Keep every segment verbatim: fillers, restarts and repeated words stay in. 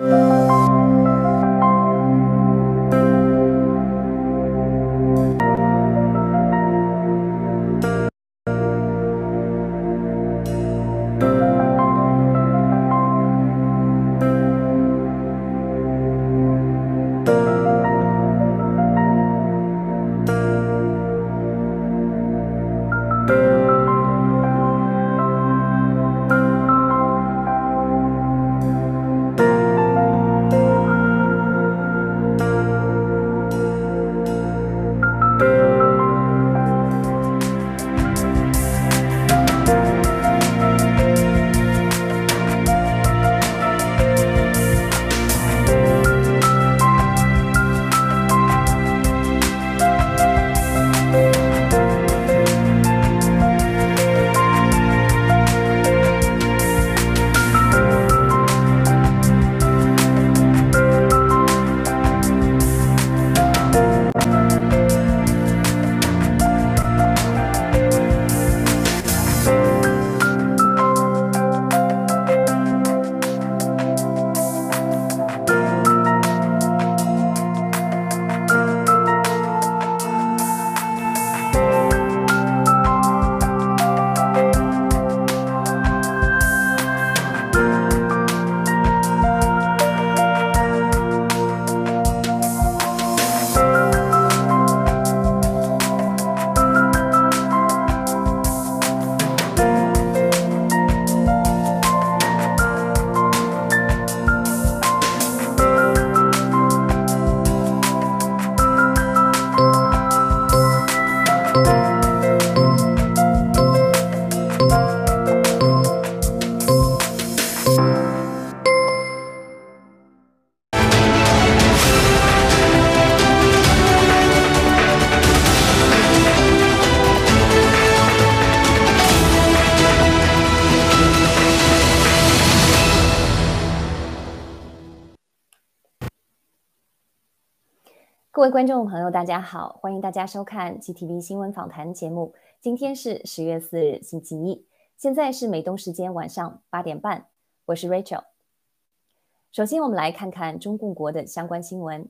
各位观众朋友大家好，欢迎大家收看 G T V 新闻访谈节目。今天是十月四日星期一，现在是美东时间晚上八点半，我是 Rachel。 首先我们来看看中共国的相关新闻。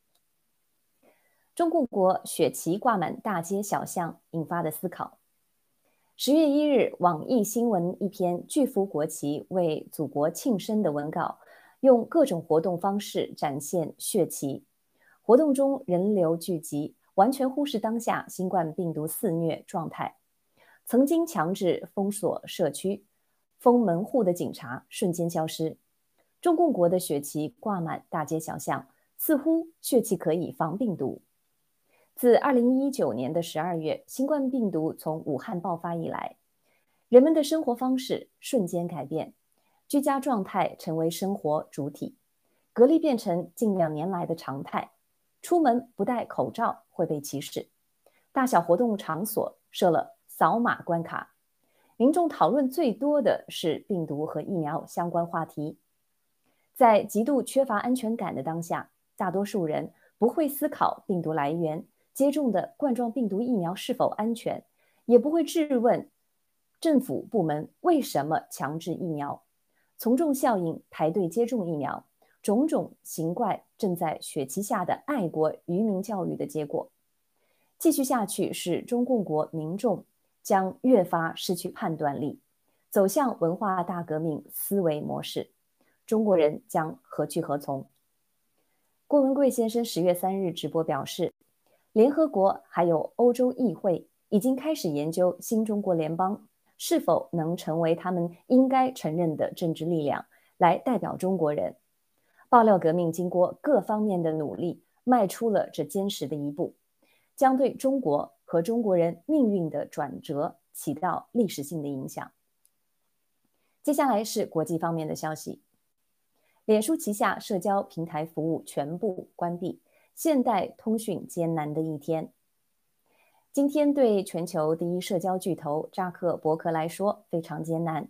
中共国血旗挂满大街小巷引发的思考。十月一日，网易新闻一篇巨幅国旗为祖国庆生的文稿，用各种活动方式展现血旗。活动中人流聚集，完全忽视当下新冠病毒肆虐状态。曾经强制封锁社区、封门户的警察瞬间消失。中共国的血旗挂满大街小巷，似乎血旗可以防病毒。自二零一九年的十二月，新冠病毒从武汉爆发以来，人们的生活方式瞬间改变，居家状态成为生活主体，隔离变成近两年来的常态。出门不戴口罩会被歧视，大小活动场所设了扫码关卡。民众讨论最多的是病毒和疫苗相关话题。在极度缺乏安全感的当下，大多数人不会思考病毒来源，接种的冠状病毒疫苗是否安全，也不会质问政府部门为什么强制疫苗。从众效应排队接种疫苗，种种形怪正在血旗下的爱国愚民教育的结果。继续下去是中共国民众将越发失去判断力，走向文化大革命思维模式，中国人将何去何从？郭文贵先生十月三日直播表示，联合国还有欧洲议会已经开始研究新中国联邦是否能成为他们应该承认的政治力量，来代表中国人。爆料革命经过各方面的努力，迈出了这坚实的一步，将对中国和中国人命运的转折起到历史性的影响。接下来是国际方面的消息。脸书旗下社交平台服务全部关闭，现代通讯艰难的一天。今天对全球第一社交巨头扎克伯格来说非常艰难。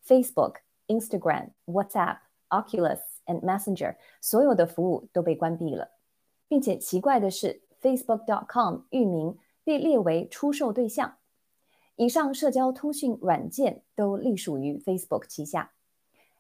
Facebook、Instagram、WhatsApp、Oculus and Messenger 所有的服务都被关闭了，并且奇怪的是 Facebook 点 com 域名被列为出售对象。以上社交通讯软件都隶属于 Facebook 旗下。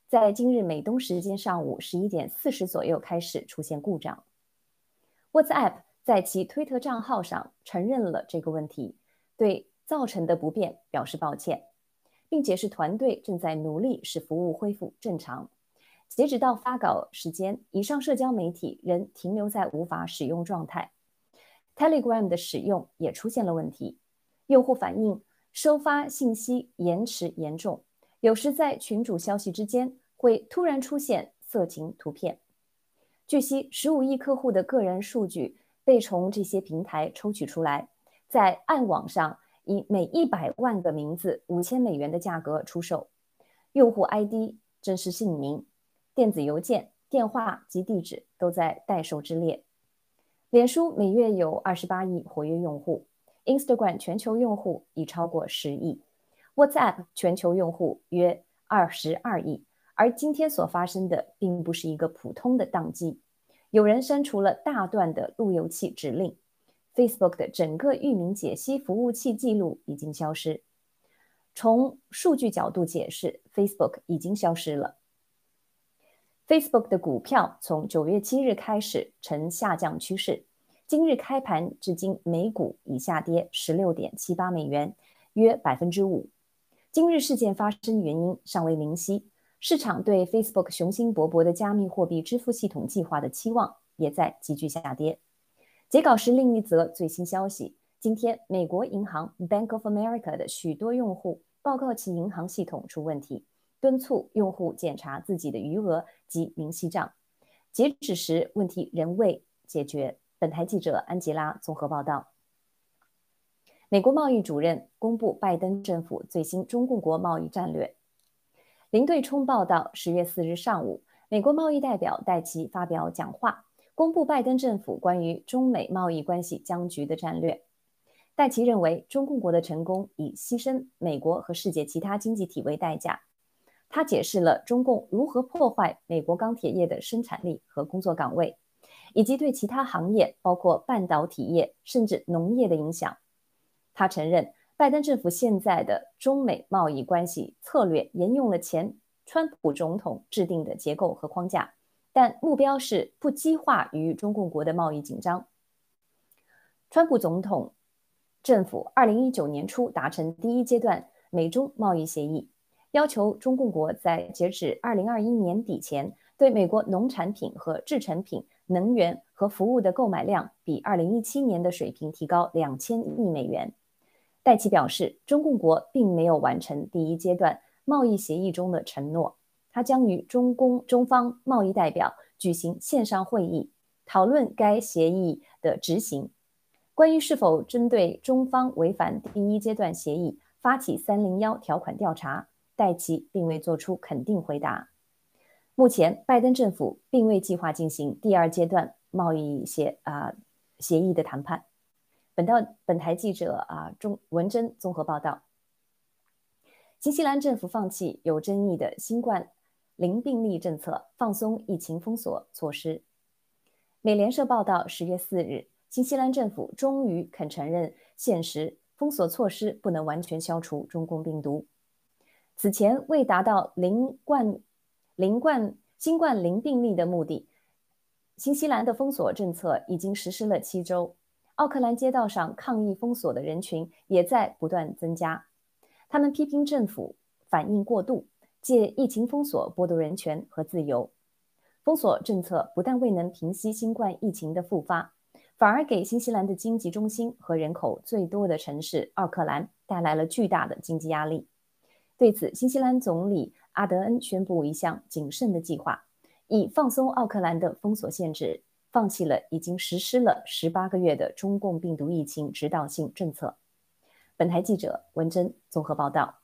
在今日美东时间上午十一点四十左右开始出现故障。WhatsApp 在其推特账号上承认了这个问题，对造成的不便表示抱歉，并解释团队正在努力使服务恢复正常。截止到发稿时间，以上社交媒体仍停留在无法使用状态。Telegram 的使用也出现了问题，用户反映收发信息延迟严重，有时在群组消息之间会突然出现色情图片。据悉，十五亿客户的个人数据被从这些平台抽取出来，在暗网上以每一百万个名字五千美元的价格出售。用户 I D、真实姓名、电子邮件、电话及地址都在待售之列。脸书每月有二十八亿活跃用户， Instagram 全球用户已超过十亿， WhatsApp 全球用户约二十二亿。而今天所发生的并不是一个普通的宕机，有人删除了大段的路由器指令， Facebook 的整个域名解析服务器记录已经消失。从数据角度解释， Facebook 已经消失了。Facebook 的股票从九月七日开始呈下降趋势，今日开盘至今每股已下跌 十六点七八美元，约 百分之五。 今日事件发生原因尚未明晰，市场对 Facebook 雄心勃勃的加密货币支付系统计划的期望也在急剧下跌。截稿时另一则最新消息，今天美国银行 Bank of America 的许多用户报告其银行系统出问题，敦促用户检查自己的余额及明细账。截止时问题仍未解决。本台记者安吉拉综合报道。美国贸易主任公布拜登政府最新中共国贸易战略。林对冲报道，十月四日上午，美国贸易代表戴琪发表讲话，公布拜登政府关于中美贸易关系僵局的战略。戴琪认为，中共国的成功以牺牲美国和世界其他经济体为代价。他解释了中共如何破坏美国钢铁业的生产力和工作岗位，以及对其他行业，包括半导体业甚至农业的影响。他承认，拜登政府现在的中美贸易关系策略沿用了前川普总统制定的结构和框架，但目标是不激化与中共国的贸易紧张。川普总统政府二零一九年初达成第一阶段美中贸易协议，要求中共国在截止二零二一年底前，对美国农产品和制成品、能源和服务的购买量比二零一七年的水平提高两千亿美元。戴琪表示，中共国并没有完成第一阶段贸易协议中的承诺，他将与中共中方贸易代表举行线上会议，讨论该协议的执行。关于是否针对中方违反第一阶段协议发起三零一条款调查，戴琪并未做出肯定回答。目前，拜登政府并未计划进行第二阶段贸易协啊、呃、协议的谈判。本道本台记者啊钟文珍综合报道。新西兰政府放弃有争议的新冠零病例政策，放松疫情封锁措施。美联社报道，十月四日，新西兰政府终于肯承认现实，封锁措施不能完全消除中共病毒。此前，为达到零冠零冠新冠零病例的目的，新西兰的封锁政策已经实施了七周。奥克兰街道上抗议封锁的人群也在不断增加，他们批评政府反应过度，借疫情封锁剥夺人权和自由。封锁政策不但未能平息新冠疫情的复发，反而给新西兰的经济中心和人口最多的城市奥克兰带来了巨大的经济压力。对此，新西兰总理阿德恩宣布一项谨慎的计划，以放松奥克兰的封锁限制，放弃了已经实施了十八个月的中共病毒疫情指导性政策。本台记者文珍综合报道。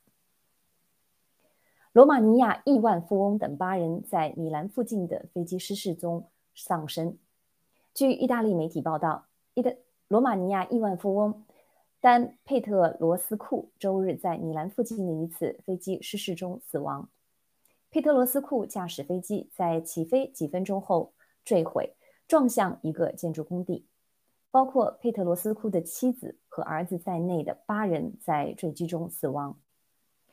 罗马尼亚亿万富翁等八人在米兰附近的飞机失事中丧生。据意大利媒体报道，罗马尼亚亿万富翁丹佩特罗斯库周日在米兰附近的一次飞机失事中死亡。佩特罗斯库驾驶飞机在起飞几分钟后坠毁，撞向一个建筑工地，包括佩特罗斯库的妻子和儿子在内的八人在坠机中死亡。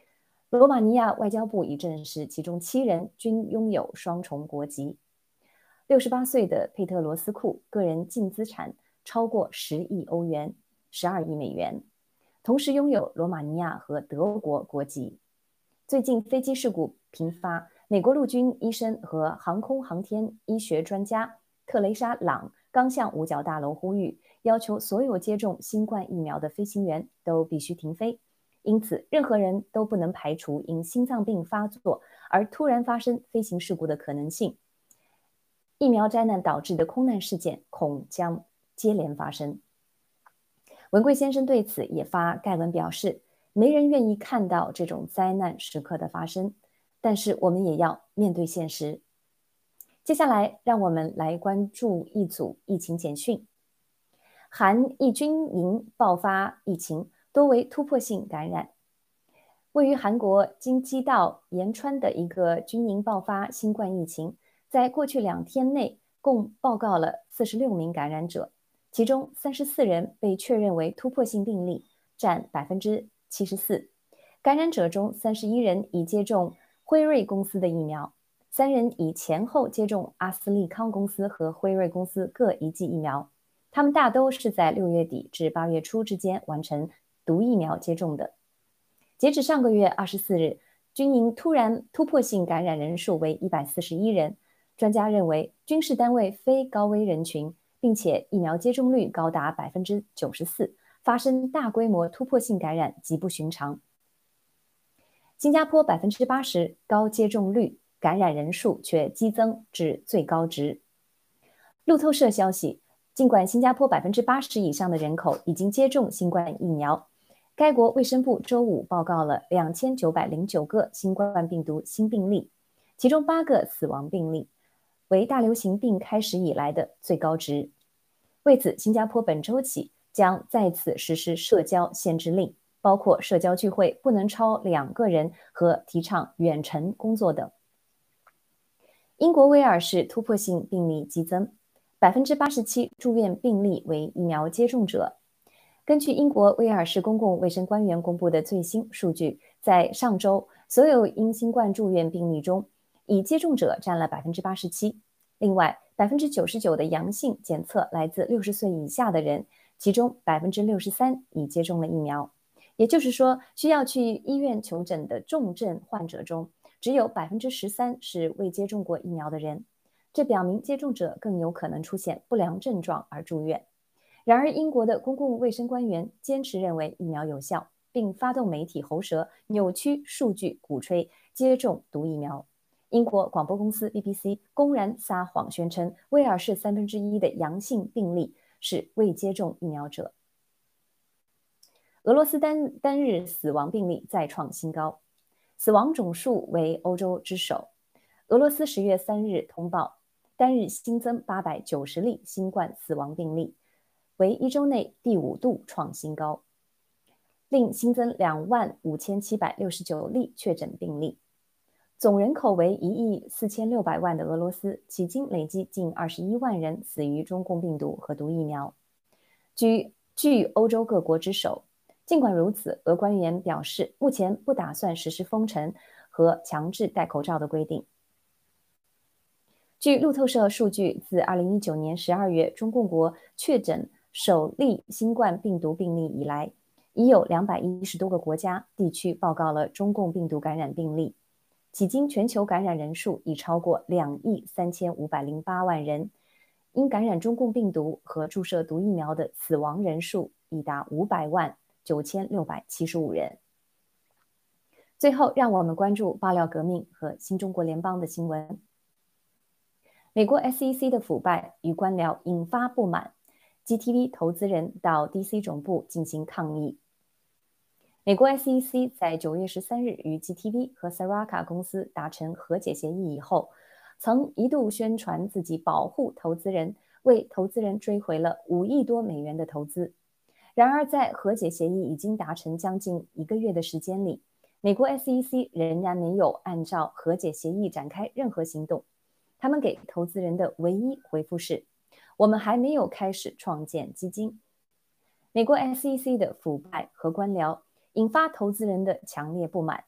罗马尼亚外交部已证实，其中七人均拥有双重国籍。六十八岁的佩特罗斯库个人净资产超过十亿欧元，十二亿美元，同时拥有罗马尼亚和德国国籍。最近飞机事故频发，美国陆军医生和航空航天医学专家特蕾莎·朗刚向五角大楼呼吁，要求所有接种新冠疫苗的飞行员都必须停飞。因此，任何人都不能排除因心脏病发作而突然发生飞行事故的可能性。疫苗灾难导致的空难事件恐将接连发生。文贵先生对此也发概文表示，没人愿意看到这种灾难时刻的发生，但是我们也要面对现实。接下来，让我们来关注一组疫情简讯。韩义军营爆发疫情，多为突破性感染。位于韩国京畿道延川的一个军营爆发新冠疫情，在过去两天内共报告了四十六名感染者，其中三十四人被确认为突破性病例，占 百分之七十四。感染者中三十一人已接种辉瑞公司的疫苗，三人已前后接种阿斯利康公司和辉瑞公司各一剂疫苗，他们大都是在六月底至八月初之间完成毒疫苗接种的。截至上个月二十四日，军营突然突破性感染人数为一百四十一人。专家认为，军事单位非高危人群，并且疫苗接种率高达 百分之九十四， 发生大规模突破性感染极不寻常。新加坡 百分之八十 高接种率，感染人数却激增至最高值。路透社消息，尽管新加坡 百分之八十 以上的人口已经接种新冠疫苗，该国卫生部周五报告了两千九百零九个新冠病毒新病例，其中八个死亡病例，为大流行病开始以来的最高值。为此，新加坡本周起将再次实施社交限制令，包括社交聚会不能超两个人和提倡远程工作等。英国威尔士突破性病例激增， 百分之八十七 住院病例为疫苗接种者。根据英国威尔士公共卫生官员公布的最新数据，在上周，所有因新冠住院病例中，已接种者占了 百分之八十七。另外 百分之九十九 的阳性检测来自六十岁以下的人，其中 百分之六十三 已接种了疫苗。也就是说，需要去医院求诊的重症患者中，只有 百分之十三 是未接种过疫苗的人。这表明接种者更有可能出现不良症状而住院。然而，英国的公共卫生官员坚持认为疫苗有效，并发动媒体喉舌，扭曲数据，鼓吹接种毒疫苗。英国广播公司 B B C 公然撒谎，宣称威尔士三分之一的阳性病例是未接种疫苗者。俄罗斯单单日死亡病例再创新高，死亡总数为欧洲之首。俄罗斯十月三日通报，单日新增八百九十例新冠死亡病例，为一周内第五度创新高，另新增两万五千七百六十九例确诊病例。总人口为一亿四千六百万的俄罗斯，迄今累计近二十一万人死于中共病毒和毒疫苗，居居欧洲各国之首。尽管如此，俄官员表示，目前不打算实施封城和强制戴口罩的规定。据路透社数据，自二零一九年十二月中共国确诊首例新冠病毒病例以来，已有两百一十多个国家地区报告了中共病毒感染病例。迄今全球感染人数已超过两亿三千五百零八万人，因感染中共病毒和注射毒疫苗的死亡人数已达五百万九千六百七十五人。最后，让我们关注爆料革命和新中国联邦的新闻。美国 S E C 的腐败与官僚引发不满， G T V 投资人到 D C 总部进行抗议。美国 S E C 在九月十三日与 G T V 和 Saraka 公司达成和解协议以后，曾一度宣传自己保护投资人，为投资人追回了五亿多美元的投资。然而，在和解协议已经达成将近一个月的时间里，美国 S E C 仍然没有按照和解协议展开任何行动。他们给投资人的唯一回复是：我们还没有开始创建基金。美国 S E C 的腐败和官僚引发投资人的强烈不满。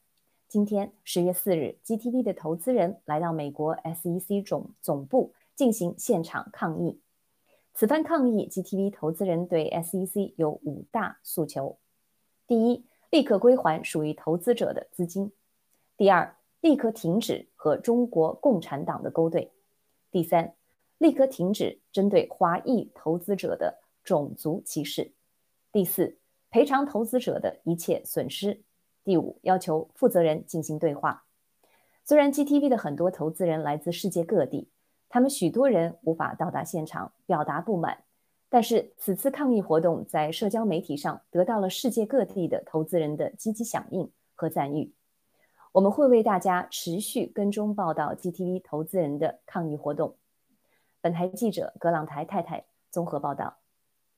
今天十月四日 ，G T V 的投资人来到美国 S E C 总总部进行现场抗议。此番抗议 ，G T V 投资人对 S E C 有五大诉求：第一，立刻归还属于投资者的资金；第二，立刻停止和中国共产党的勾兑；第三，立刻停止针对华裔投资者的种族歧视；第四，赔偿投资者的一切损失；第五，要求负责人进行对话。虽然 G T V 的很多投资人来自世界各地，他们许多人无法到达现场表达不满，但是此次抗议活动在社交媒体上得到了世界各地的投资人的积极响应和赞誉。我们会为大家持续跟踪报道 G T V 投资人的抗议活动。本台记者葛朗台太太综合报道。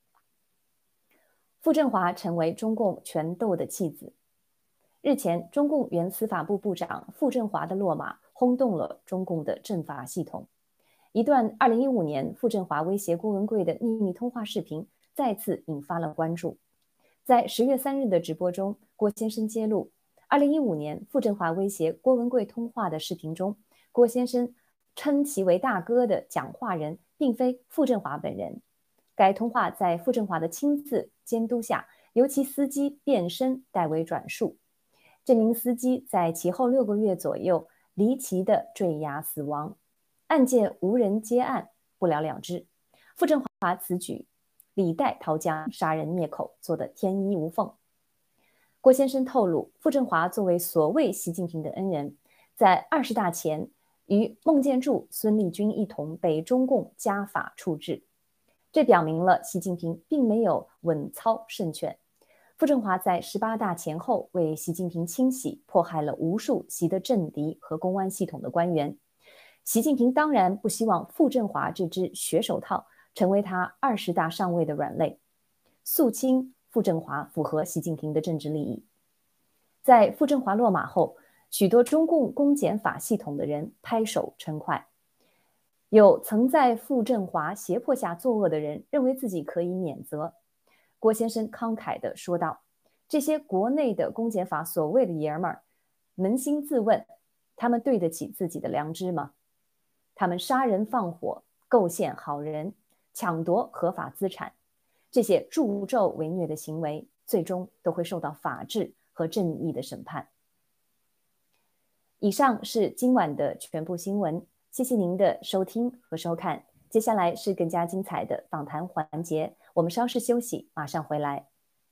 傅政华成为中共权斗的弃子。日前，中共原司法部部长傅政华的落马轰动了中共的政法系统。一段二零一五年傅政华威胁郭文贵的秘密通话视频再次引发了关注。在十月三日的直播中，郭先生揭露，二零一五年傅政华威胁郭文贵通话的视频中，郭先生称其为大哥的讲话人并非傅政华本人。该通话在傅政华的亲自监督下，由其司机变身代为转述。这名司机在其后六个月左右离奇的坠崖死亡。案件无人接案，不了了之。傅政华此举李代桃僵，杀人灭口，做得天衣无缝。郭先生透露，傅政华作为所谓习近平的恩人，在二十大前与孟建柱、孙立军一同被中共家法处置，这表明了习近平并没有稳操胜券。傅政华在十八大前后为习近平清洗，迫害了无数习的政敌和公安系统的官员。习近平当然不希望傅政华这只血手套成为他二十大上位的软肋，肃清傅政华符合习近平的政治利益。在傅政华落马后，许多中共公检法系统的人拍手称快。有曾在傅政华胁迫下作恶的人认为自己可以免责。郭先生慷慨地说道，这些国内的公检法所谓的爷们儿，扪心自问，他们对得起自己的良知吗？他们杀人放火，构陷好人，抢夺合法资产，这些助纣为虐的行为，最终都会受到法治和正义的审判。以上是今晚的全部新闻，谢谢您的收听和收看。接下来是更加精彩的访谈环节，我们稍事休息，马上回来。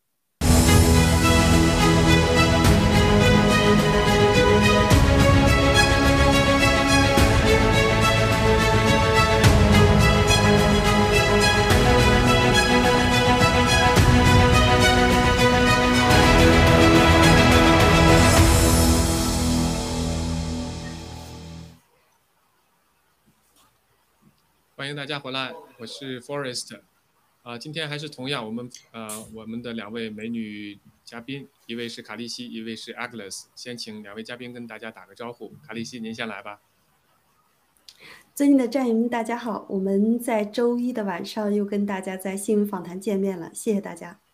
欢迎大家回来，我是 Forrest。啊、呃，今天还是同样，我们呃我们的两位美女嘉宾，一位是卡利西，一位是 Agnes。先请两位嘉宾跟大家打个招呼。卡利西，您先来吧。 尊敬的战友们，大家好！我们在周一的晚上又跟大家在新闻访谈见面了，谢谢大家。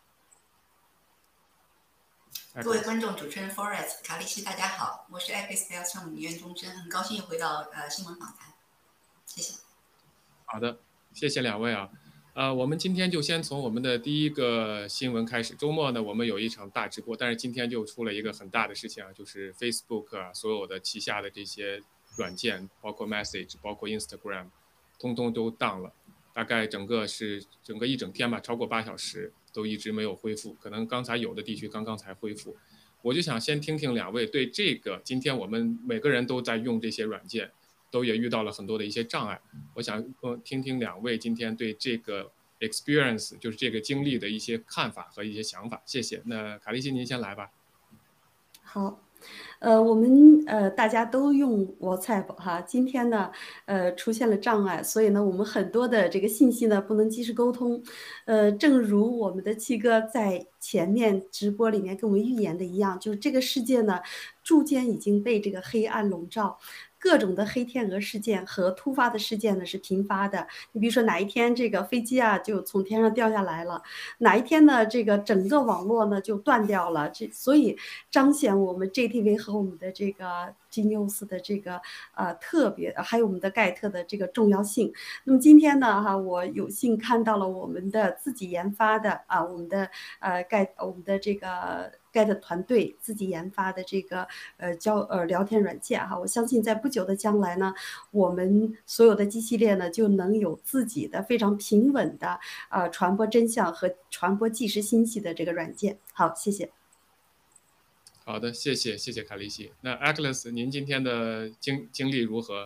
各位观众，主持人 Forrest、卡利西，大家好，我是 Epis 不要上女院忠贞，很高兴又回到呃新闻访谈，谢谢。 好的，谢谢两位啊。呃，我们今天就先从我们的第一个新闻开始。周末呢，我们有一场大直播，但是今天就出了一个很大的事情啊，就是 Facebook 啊，所有的旗下的这些软件，包括 Message， 包括 Instagram， 通通都 down 了。大概整个是整个一整天吧，超过八小时都一直没有恢复，可能刚才有的地区刚刚才恢复。我就想先听听两位对这个，今天我们每个人都在用这些软件，都也遇到了很多的一些障碍。我想呃听听两位今天对这个 experience， 就是这个经历的一些看法和一些想法。谢谢。那卡利西您先来吧。 好。呃，我们呃大家都用 WhatsApp 哈，今天呢，呃出现了障碍，所以呢，我们很多的这个信息呢不能及时沟通。呃，正如我们的七哥在前面直播里面跟我们预言的一样，就是这个世界呢，逐渐已经被这个黑暗笼罩。 各种的黑天鹅事件和突发的事件呢是频发的。你比如说哪一天这个飞机啊就从天上掉下来了，哪一天呢这个整个网络呢就断掉了，这所以彰显我们 J T V 和我们的这个 G News 的这个呃特别，还有我们的盖特的这个重要性。那么今天呢哈，我有幸看到了我们的自己研发的啊，我们的呃盖我们的这个get 团队自己研发的这个呃交呃聊天软件哈，我相信在不久的将来呢，我们所有的机系列呢就能有自己的非常平稳的呃传播真相和传播即时信息的这个软件。好，谢谢。 好的，谢谢谢谢卡利西。那 Agnes， 您今天的经经历如何？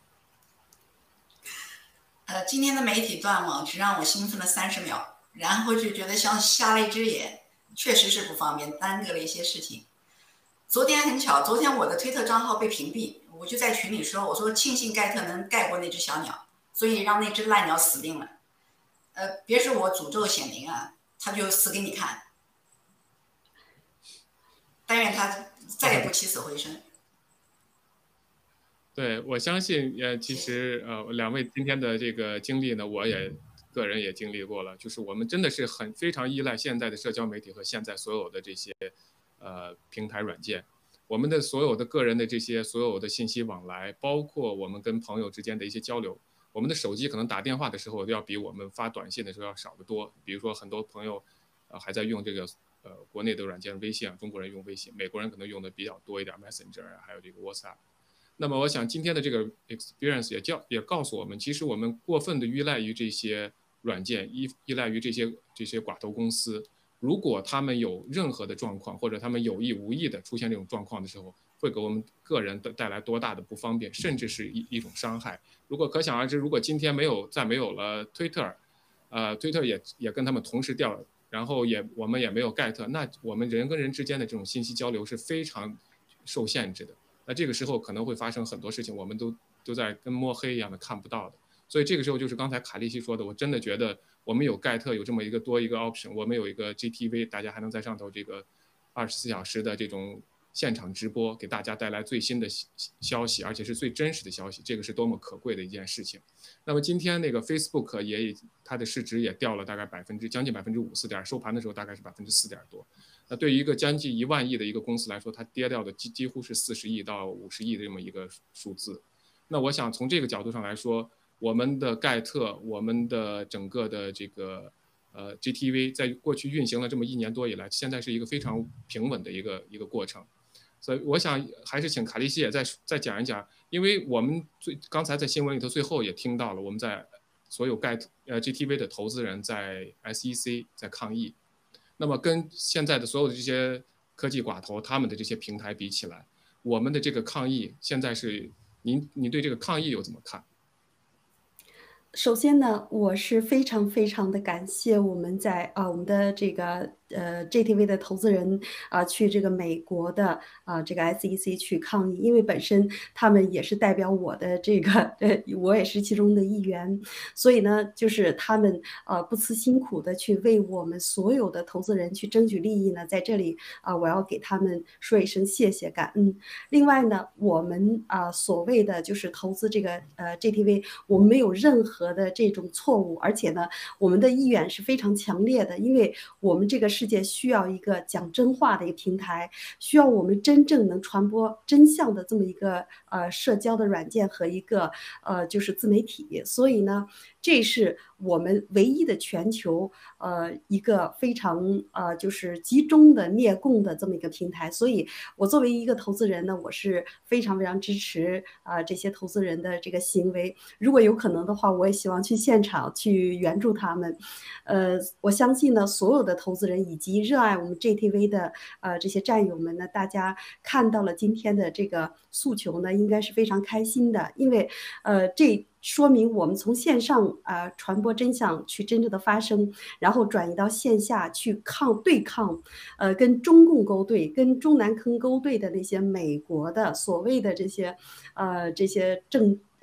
呃，今天的媒体断网只让我兴奋了三十秒，然后就觉得像瞎了一只眼，确实是不方便，耽搁了一些事情。昨天很巧，昨天我的推特账号被屏蔽，我就在群里说，我说庆幸盖特能盖过那只小鸟，所以让那只烂鸟死定了。呃，别说我诅咒显灵啊，他就死给你看。但愿他再也不起死回生。 对，我相信，呃，其实，呃，两位今天的这个经历呢，我也个人也经历过了，就是我们真的是很非常依赖现在的社交媒体和现在所有的这些，呃，平台软件，我们的所有的个人的这些所有的信息往来，包括我们跟朋友之间的一些交流，我们的手机可能打电话的时候要比我们发短信的时候要少得多。比如说，很多朋友，呃，还在用这个。呃，国内的软件微信啊，中国人用微信，美国人可能用的比较多一点 ，Messenger 啊，还有这个 WhatsApp。那么，我想今天的这个 experience 也教也告诉我们，其实我们过分的依赖于这些软件，依依赖于这些这些寡头公司。如果他们有任何的状况，或者他们有意无意的出现这种状况的时候，会给我们个人的带来多大的不方便，甚至是一一种伤害。如果可想而知，如果今天没有再没有了 Twitter， 呃 ，Twitter 也也跟他们同时掉了。然后也我们也没有 get， 那我们人跟人之间的这种信息交流是非常受限制的。那这个时候可能会发生很多事情，我们都都在跟摸黑一样的看不到的。所以这个时候就是刚才卡利西说的，我真的觉得我们有 get 有这么一个多一个 option， 我们有一个 G T V， 大家还能在上头这个二十四小时的这种现场直播，给大家带来最新的消息，而且是最真实的消息，这个是多么可贵的一件事情。那么今天那个 Facebook 也它的市值也掉了大概百分之将近百分之五四点，收盘的时候大概是百分之四点多。那对于一个将近一万亿的一个公司来说，它跌掉的几几乎是四十亿到五十亿的这么一个数字。那我想从这个角度上来说，我们的盖特，我们的整个的这个呃 G T V 在过去运行了这么一年多以来，现在是一个非常平稳的一个一个过程。所以我想还是请卡利西也再再讲一讲，因为我们最刚才在新闻里头最后也听到了，我们在所有盖呃 G T V 的投资人在 S E C 在抗议，那么跟现在的所有的这些科技寡头他们的这些平台比起来，我们的这个抗议现在是您您对这个抗议又怎么看？ 首先呢，我是非常非常的感谢我们在啊我们的这个呃 G T V 的投资人啊去这个美国的啊这个 S E C 去抗议，因为本身他们也是代表我的这个呃我也是其中的一员，所以呢就是他们呃不辞辛苦的去为我们所有的投资人去争取利益呢，在这里啊我要给他们说一声谢谢感恩。另外呢，我们啊所谓的就是投资这个呃 G T V， 我们没有任何的这种错误，而且呢，我们的意愿是非常强烈的，因为我们这个世界需要一个讲真话的一个平台，需要我们真正能传播真相的这么一个呃社交的软件和一个呃就是自媒体，所以呢，这是我们唯一的全球呃一个非常呃就是集中的灭共的这么一个平台，所以我作为一个投资人呢，我是非常非常支持啊、呃、这些投资人的这个行为，如果有可能的话，我也希望去现场去援助他们。呃，我相信呢，所有的投资人以及热爱我们 G T V 的呃这些战友们呢，大家看到了今天的这个诉求呢，应该是非常开心的，因为呃这说明我们从线上啊、呃、传播真相去真正的发声，然后转移到线下去抗对抗，呃跟中共勾兑、跟中南坑勾兑的那些美国的所谓的这些呃这些政。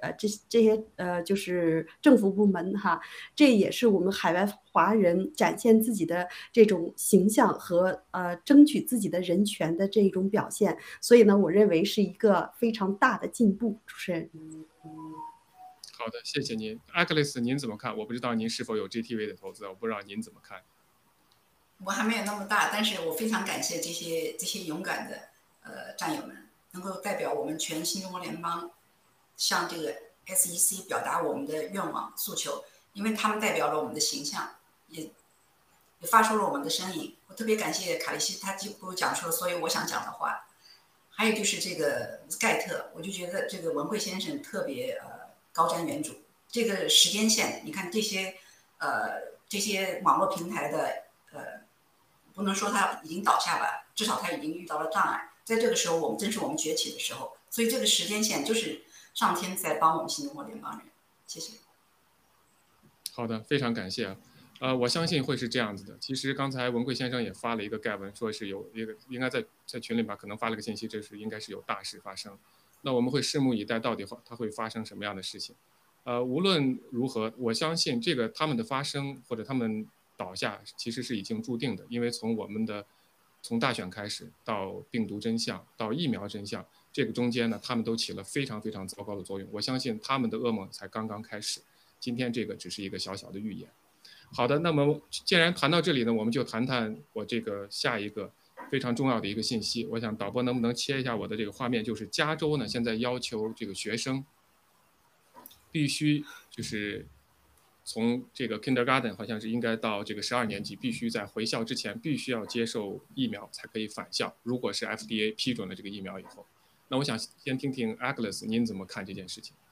呃这这些呃就是政府部门哈，这也是我们海外华人展现自己的这种形象和呃争取自己的人权的这种表现。所以呢，我认为是一个非常大的进步。主持人。 好的，谢谢您。Agnes，您怎么看？我不知道您是否有 G T V 的投资，我不知道您怎么看。 我还没有那么大，但是我非常感谢这些这些勇敢的呃战友们，能够代表我们全新中国联邦向这个 S E C 表达我们的愿望诉求，因为他们代表了我们的形象，也也发出了我们的声音。我特别感谢卡利西，他几乎讲出了所有我想讲的话。还有就是这个盖特，我就觉得这个文慧先生特别呃高瞻远瞩。这个时间线，你看这些呃这些网络平台的呃，不能说它已经倒下吧，至少它已经遇到了障碍。在这个时候，我们正是我们崛起的时候，所以这个时间线就是上天在帮我们新中国联邦人。谢谢。 好的，非常感谢啊。呃，我相信会是这样子的。其实刚才文贵先生也发了一个概文，说是有一个应该在在群里吧，可能发了个信息，这是应该是有大事发生。那我们会拭目以待，到底它会发生什么样的事情。呃，无论如何，我相信这个他们的发生或者他们倒下，其实是已经注定的，因为从我们的从大选开始到病毒真相到疫苗真相，这个中间呢，他们都起了非常非常糟糕的作用。我相信他们的噩梦才刚刚开始，今天这个只是一个小小的预演。好的，那么既然谈到这里呢，我们就谈谈我这个下一个非常重要的一个信息。我想导播能不能切一下我的这个画面，就是加州呢现在要求这个学生必须就是从这个 kindergarten 好像是应该到这个十二年级，必须在回校之前必须要接受疫苗才可以返校。如果是 F D A 批准了这个疫苗以后，那我想先听听 Agnes 您怎么看这件事情？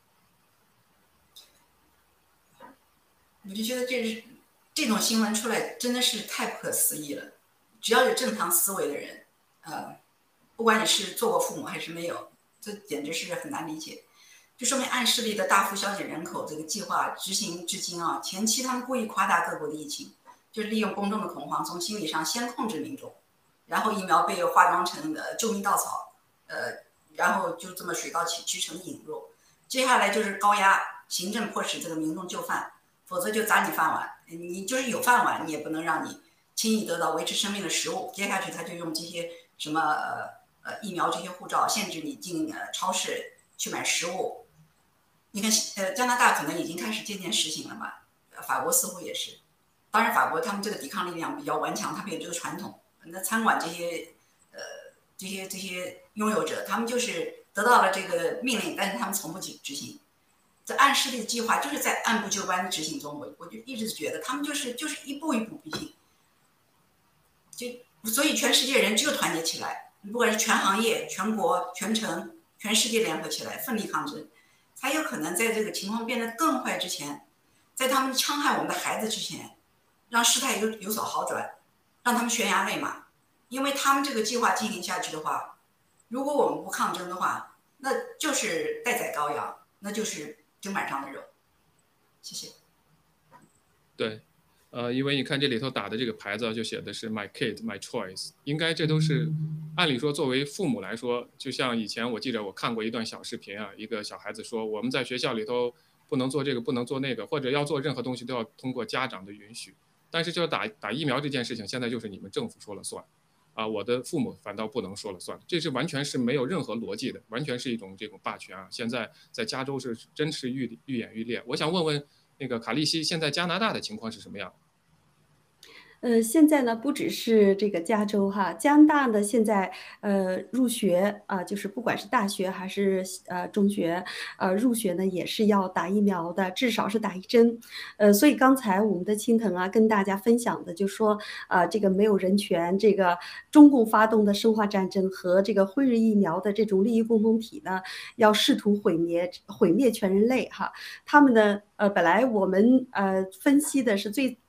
我就觉得这是这种新闻出来真的是太不可思议了。只要有正常思维的人，呃，不管你是做过父母还是没有，这简直是很难理解。就说明暗示力的大幅削减人口这个计划执行至今啊，前期他们故意夸大各国的疫情，就是利用公众的恐慌，从心理上先控制民众，然后疫苗被化妆成的救命稻草，呃，然后就这么水到渠成引入。接下来就是高压行政迫使这个民众就范，否则就砸你饭碗。你就是有饭碗，你也不能让你轻易得到维持生命的食物。接下去他就用这些什么呃呃疫苗这些护照限制你进呃超市去买食物。你看，呃，加拿大可能已经开始渐渐实行了嘛，法国似乎也是。当然，法国他们这个抵抗力量比较顽强，他们有这个传统。那餐馆这些，呃，这些这些拥有者，他们就是得到了这个命令，但是他们从不去执行。这暗示力的计划就是在按部就班的执行中，我我就一直觉得他们就是就是一步一步逼近。就所以全世界人只有团结起来，不管是全行业、全国、全城、全世界联合起来，奋力抗争。才有可能在这个情况变得更坏之前，在他们戕害我们的孩子之前，让事态有有所好转，让他们悬崖勒马。因为他们这个计划进行下去的话，如果我们不抗争的话，那就是待宰羔羊，那就是砧板上的肉。谢谢。 对，呃，因为你看这里头打的这个牌子就写的是 My kid, my choice， 应该这都是按理说作为父母来说，就像以前我记得我看过一段小视频啊，一个小孩子说我们在学校里头不能做这个不能做那个，或者要做任何东西都要通过家长的允许，但是就打打疫苗这件事情现在就是你们政府说了算啊，我的父母反倒不能说了算，这是完全是没有任何逻辑的，完全是一种这种霸权啊。现在在加州是真是愈愈演愈烈。我想问问那个卡利西，现在加拿大的情况是什么样？ 呃，现在呢，不只是这个加州哈，加拿大呢现在呃入学啊、呃，就是不管是大学还是呃中学，呃入学呢也是要打疫苗的，至少是打一针。呃，所以刚才我们的青藤啊跟大家分享的就说啊、呃，这个没有人权，这个中共发动的生化战争和这个辉瑞疫苗的这种利益共同体呢，要试图毁灭毁灭全人类哈。他们呢，呃，本来我们呃分析的是最。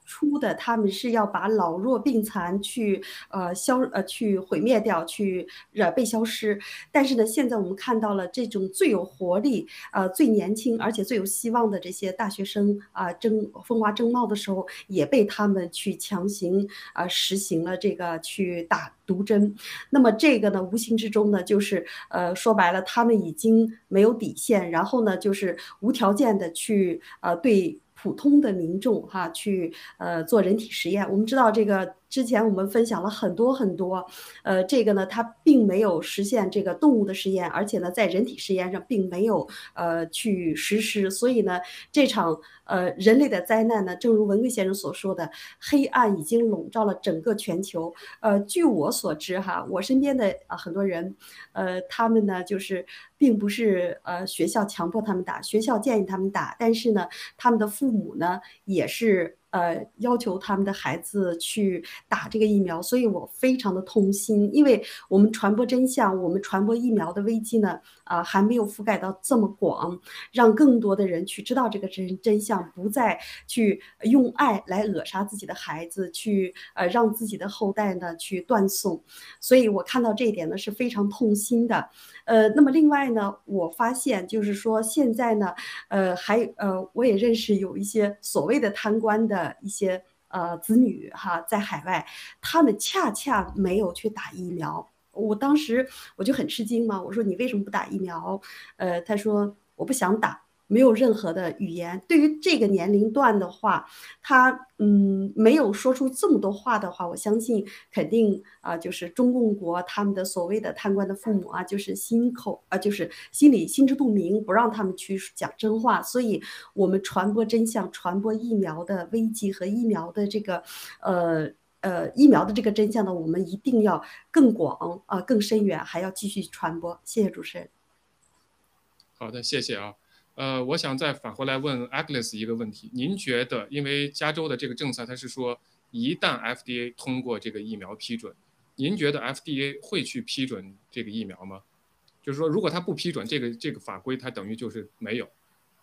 初的他们是要把老弱病残去呃消呃去毁灭掉，去呃被消失。但是呢，现在我们看到了这种最有活力、呃最年轻而且最有希望的这些大学生啊、呃，争风华正茂的时候，也被他们去强行啊、呃、实行了这个去打毒针。那么这个呢，无形之中呢，就是呃说白了，他们已经没有底线，然后呢，就是无条件的去呃对普通的民众哈去呃做人体实验。我们知道这个之前我们分享了很多很多，呃，这个呢它并没有实现这个动物的实验，而且呢在人体实验上并没有呃去实施，所以呢这场呃人类的灾难呢，正如文贵先生所说的，黑暗已经笼罩了整个全球。呃，据我所知哈，我身边的啊、呃、很多人，呃，他们呢就是并不是呃学校强迫他们打，学校建议他们打，但是呢，他们的父母呢也是呃要求他们的孩子去打这个疫苗，所以我非常的痛心，因为我们传播真相，我们传播疫苗的危机呢啊、呃、还没有覆盖到这么广，让更多的人去知道这个真真相，不再去用爱来扼杀自己的孩子，去呃让自己的后代呢去断送，所以我看到这一点呢是非常痛心的。呃，那么另外呢，我发现就是说现在呢，呃，还呃，我也认识有一些所谓的贪官的一些呃子女哈，在海外，他们恰恰没有去打疫苗。我当时我就很吃惊嘛，我说你为什么不打疫苗？呃，他说我不想打。没有任何的语言。对于这个年龄段的话，他嗯没有说出这么多话的话，我相信肯定啊、呃，就是中共国他们的所谓的贪官的父母啊，就是心口啊、呃，就是心里心知肚明，不让他们去讲真话。所以，我们传播真相、传播疫苗的危机和疫苗的这个呃。呃，疫苗的这个真相呢，我们一定要更广啊、呃，更深远，还要继续传播。谢谢主持人。 好的，谢谢啊。呃，我想再返回来问 Agnes 一个问题，您觉得，因为加州的这个政策，它是说一旦 F D A 通过这个疫苗批准，您觉得 F D A 会去批准这个疫苗吗？就是说，如果他不批准这个这个法规，它等于就是没有。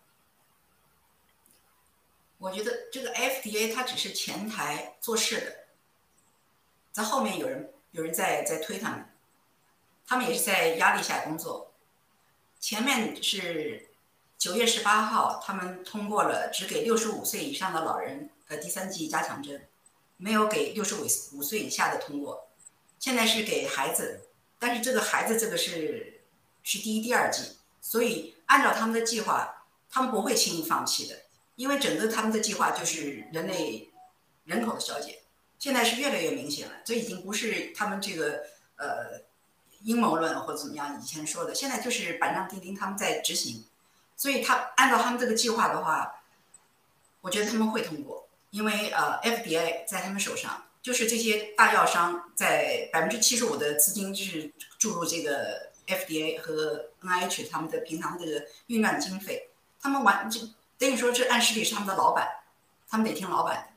我觉得这个 F D A 它只是前台做事的，在后面有人有人在在推他们，他们也是在压力下工作。前面是九月十八号，他们通过了只给六十五岁以上的老人呃第三剂加强针，没有给六十五岁以下的通过。现在是给孩子，但是这个孩子这个是是第一、第二剂，所以按照他们的计划，他们不会轻易放弃的，因为整个他们的计划就是人类人口的削减，现在是越来越明显了，这已经不是他们这个呃阴谋论或者怎么样以前说的，现在就是板上钉钉他们在执行，所以他按照他们这个计划的话，我觉得他们会通过，因为呃 F D A 在他们手上。就是这些大药商在百分之七十五的资金就是注入这个 F D A 和 N I H 他们的平常这个预算经费，他们完就等于说这按实力是他们的老板，他们得听老板。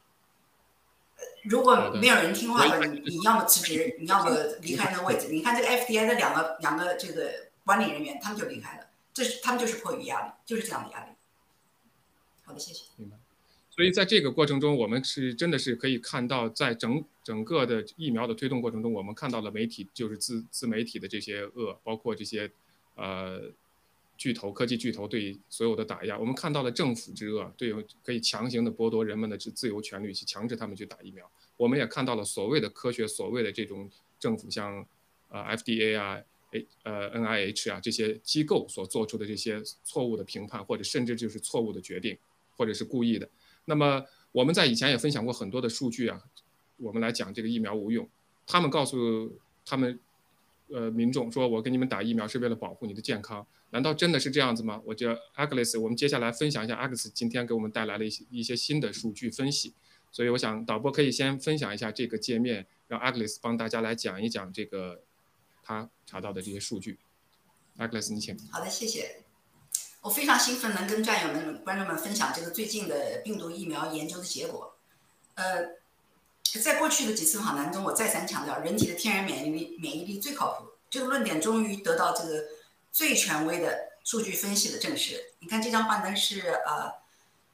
如果没有人听话的，你要么辞职，你要么离开那个位置。你看这个 F D A 的两个两个这个管理人员，他们就离开了，这是他们就是迫于压力，就是这样的压力。好的，谢谢。 明白。所以在这个过程中，我们是真的是可以看到，在整整个的疫苗的推动过程中，我们看到了媒体就是自自媒体的这些恶，包括这些呃巨头科技巨头对所有的打压，我们看到了政府之恶，对可以强行的剥夺人们的自由权利，去强制他们去打疫苗。我们也看到了所谓的科学，所谓的这种政府像呃 F D A 啊、呃 N I H 啊这些机构所做出的这些错误的评判，或者甚至就是错误的决定，或者是故意的。那么我们在以前也分享过很多的数据啊，我们来讲这个疫苗无用，他们告诉他们呃民众说，我给你们打疫苗是为了保护你的健康，难道真的是这样子吗？我觉得 Agnes， 我们接下来分享一下 Agnes 今天给我们带来了一些一些新的数据分析，所以我想导播可以先分享一下这个界面，让 Agnes 帮大家来讲一讲这个他查到的这些数据。Agnes， 你请。 好的，谢谢。我非常兴奋能跟战友们、观众们分享这个最近的病毒疫苗研究的结果。呃，在过去的几次访谈中，我再三强调，人体的天然免疫力免疫力最靠谱。这个论点终于得到这个最权威的数据分析的证实。你看这张幻灯是呃，这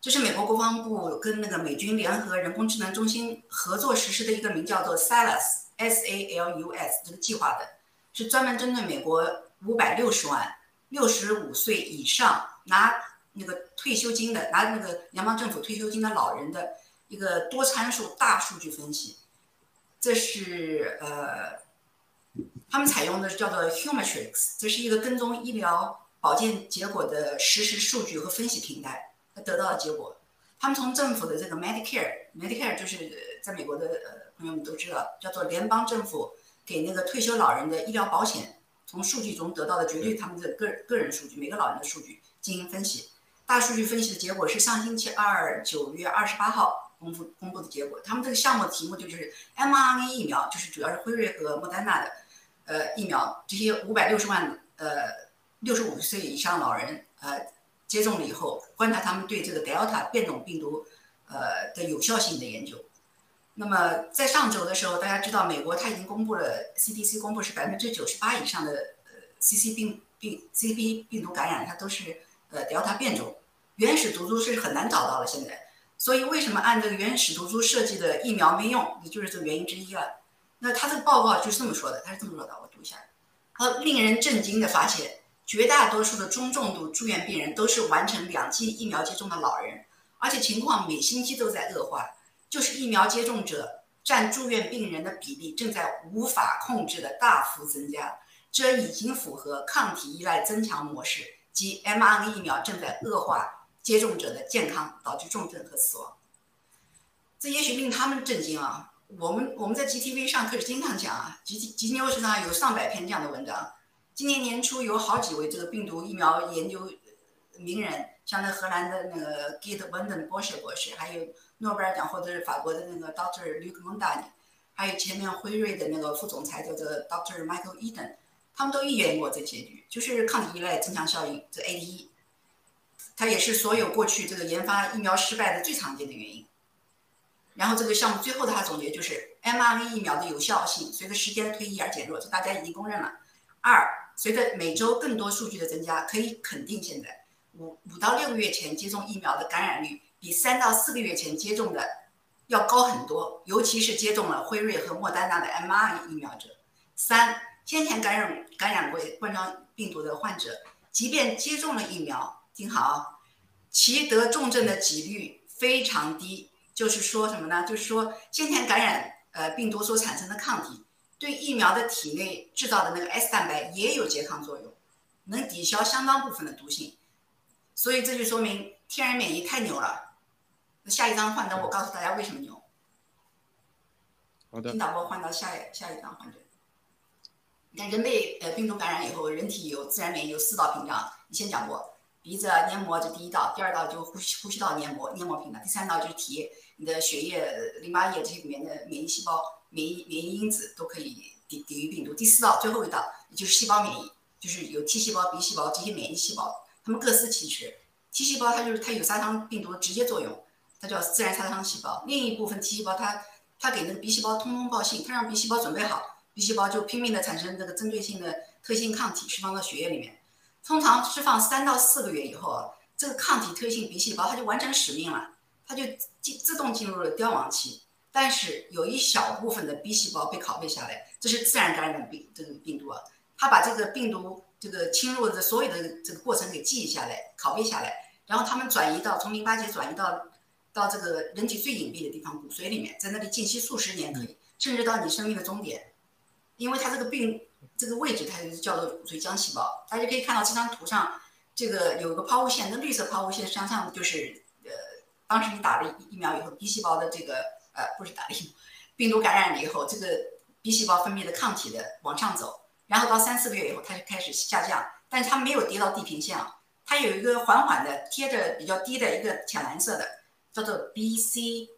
这是美国国防部跟那个美军联合人工智能中心合作实施的一个名叫做 S A L U S S A L U S 这个计划的，是专门针对美国五百六十万六十五岁以上拿那个退休金的，拿那个联邦政府退休金的老人的一个多参数大数据分析。这是呃，他们采用的叫做 Humetrix， 这是一个跟踪医疗保健结果的实时数据和分析平台，得到的结果。他们从政府的这个 Medicare，Medicare 就是在美国的呃朋友们都知道，叫做联邦政府给那个退休老人的医疗保险，从数据中得到的绝对他们的个个人数据，每个老人的数据进行分析。大数据分析的结果是上星期二九月二十八号公布公布的结果。他们这个项目的题目就是 M R N A 疫苗，就是主要是辉瑞和莫丹娜的呃疫苗，这些五百六十万呃六十五岁以上老人呃接种了以后，观察他们对这个 Delta 变种病毒呃的有效性的研究。那么在上周的时候，大家知道美国它已经公布了 C D C 公布是百分之九十八以上的呃 C C 病病 C P 病毒感染，它都是呃 Delta 变种，原始毒株是很难找到了现在。所以为什么按这个原始毒株设计的疫苗没用，也就是这个原因之一了。那他这个报告就是这么说的，他是这么说的，我读一下。他令人震惊的发现，绝大多数的中重度住院病人都是完成两剂疫苗接种的老人，而且情况每星期都在恶化，就是疫苗接种者占住院病人的比例正在无法控制的大幅增加，这已经符合抗体依赖增强模式，即 M R N A 疫苗正在恶化接种者的健康，导致重症和死亡。这也许令他们震惊啊！我们我们在 G T V 上课时经常讲啊 ，G G News 上有上百篇这样的文章。今年年初有好几位这个病毒疫苗研究名人，像那荷兰的那个 Geert Wilderen 博士博士，还有诺贝尔奖或者是法国的那个 Doctor Luc Montagnier， 还有前面辉瑞的那个副总裁叫做 Doctor Michael Eden， 他们都预言过这结局，就是抗体依赖增强效应，这 A D E。它也是所有过去这个研发疫苗失败的最常见的原因。然后这个项目最后的他总结就是 M R N A 疫苗的有效性随着时间的推移而减弱，这大家已经公认了。二，随着每周更多数据的增加，可以肯定现在五五到六个月前接种疫苗的感染率比三到四个月前接种的要高很多，尤其是接种了辉瑞和莫丹娜的 M R N A 疫苗者。三，先前感染感染过冠状病毒的患者，即便接种了疫苗，听好，其得重症的几率非常低。就是说什么呢？就是说先前感染呃病毒所产生的抗体，对疫苗的体内制造的那个 S 蛋白也有拮抗作用，能抵消相当部分的毒性。所以这就说明天然免疫太牛了。下一张幻灯，我告诉大家为什么牛。 好的。 请导播换到下一下一张幻灯。你看人被呃病毒感染以后，人体有自然免疫有四道屏障，你先讲过。鼻子、黏膜这第一道，第二道就呼吸呼吸道黏膜黏膜屏障，第三道就是体液，你的血液、淋巴液这些里面的免疫细胞、免疫免疫因子都可以抵抵御病毒。第四道最后一道也就是细胞免疫，就是有 T 细胞、B 细胞这些免疫细胞，它们各司其职。T 细胞它就是它有杀伤病毒的直接作用，它叫自然杀伤细胞。另一部分 T 细胞它它给那个 B 细胞通风报信，它让 B 细胞准备好 ，B 细胞就拼命的产生这个针对性的特性抗体，释放到血液里面。通常释放三到四个月以后啊，这个抗体特性 B 细胞它就完成使命了，它就自动进入了凋亡期。但是有一小部分的 B 细胞被拷贝下来，这是自然感染病这个病毒啊，它把这个病毒这个侵入的所有的这个过程给记忆下来、拷贝下来，然后它们转移到从淋巴结转移到到这个人体最隐蔽的地方骨髓里面，在那里静息数十年可以，甚至到你生命的终点，因为它这个病。这个位置它就叫做骨髓浆细胞，大家可以看到这张图上，这个有个抛物线，那绿色抛物线实际上就是呃，当时你打了疫苗以后 ，B 细胞的这个呃不是打了疫苗，病毒感染了以后，这个 B 细胞分泌的抗体的往上走，然后到三四个月以后它就开始下降，但是它没有跌到地平线啊，它有一个缓缓的贴着比较低的一个浅蓝色的，叫做 B C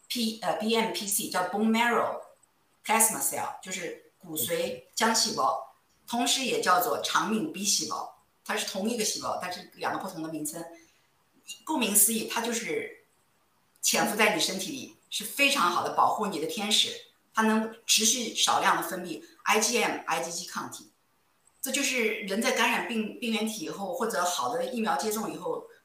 P 呃 B M P C， 叫 Bone Marrow Plasma Cell， 就是。骨髓浆细胞，同时也叫做长命 B 细胞，它是同一个细胞，但是两个不同的名称。顾名思义，它就是潜伏在你身体里，是非常好的保护你的天使。它能持续少量的分泌 I G M、I G G 抗体。这就是人在感染病病原体以后，或者好的疫苗接种以后，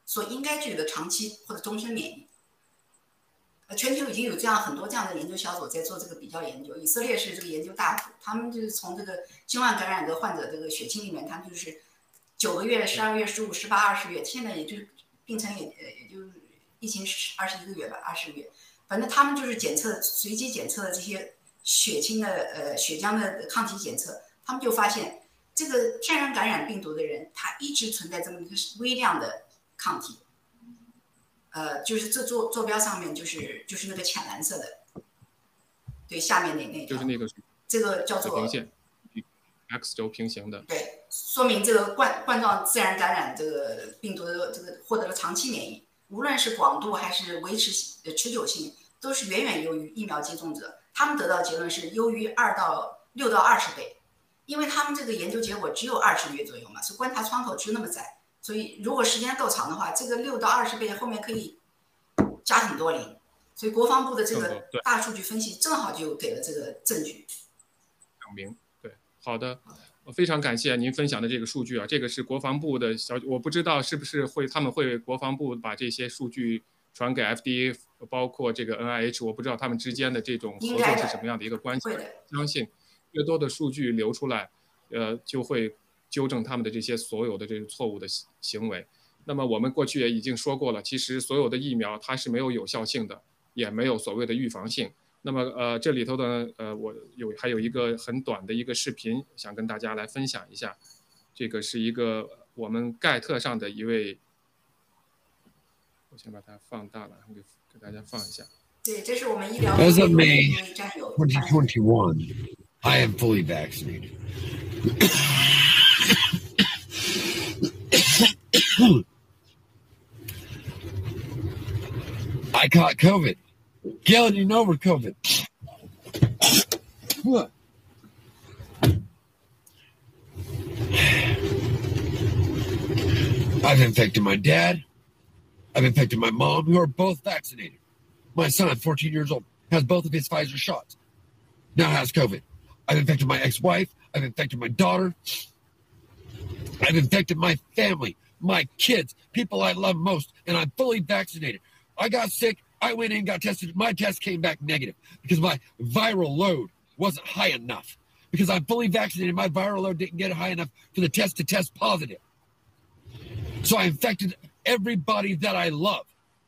所应该具有的长期或者终身免疫。呃，全球已经有这样很多这样的研究小组在做这个比较研究。以色列是这个研究大国，他们就是从这个新冠感染的患者这个血清里面，他们就是九个月、十二月、十五、十八、二十月，现在也就病程也呃也就疫情二十一个月吧，二十个月，反正他们就是检测随机检测的这些血清的呃血浆的抗体检测，他们就发现这个天然感染病毒的人，他一直存在这么一个微量的抗体。呃，就是这坐坐标上面就是就是那个浅蓝色的，对，下面那那条就是那个这个叫做平线 ，X 轴平行的， 对，说明这个冠冠状自然感染这个病毒的这个获得了长期免疫，无论是广度还是维持呃持久性，都是远远优于疫苗接种者。他们得到结论是优于二到六到二十倍，因为他们这个研究结果只有二十个月左右嘛，是观察窗口只有那么窄。所以，如果时间够长的话，这个六到二十倍后面可以加很多零。所以，国防部的这个大数据分析正好就给了这个证据。 证明对，好的，我非常感谢您分享的这个数据啊，这个是国防部的小，我不知道是不是会他们会国防部把这些数据传给 F D A， 包括这个 N I H， 我不知道他们之间的这种合作是什么样的一个关系。相信越多的数据流出来，呃，就会纠正他们的这些所有的这个错误的行为。那么我们过去也已经说过了，其实所有的疫苗它是没有有效性的，也没有所谓的预防性。那么呃这里头的呃我有还有一个很短的一个视频想跟大家来分享一下，这个是一个我们盖特上的一位，我先把它放大了，给给大家放一下。 对，这是我们医疗 As of May twenty twenty-one, I am fully vaccinated. I caught COVID. Galen, you know we're COVID. What? I've infected my dad. I've infected my mom, who are both vaccinated. My son, fourteen years old, has both of his Pfizer shots. Now has COVID. I've infected my ex-wife. I've infected my daughter. I've infected my family, my kids, people I love most, and I'm fully vaccinated. I got sick. I went in, got tested. My test came back negative because my viral load wasn't high enough. Because I'm fully vaccinated, my viral load didn't get high enough for the test to test positive. So I infected everybody that I love.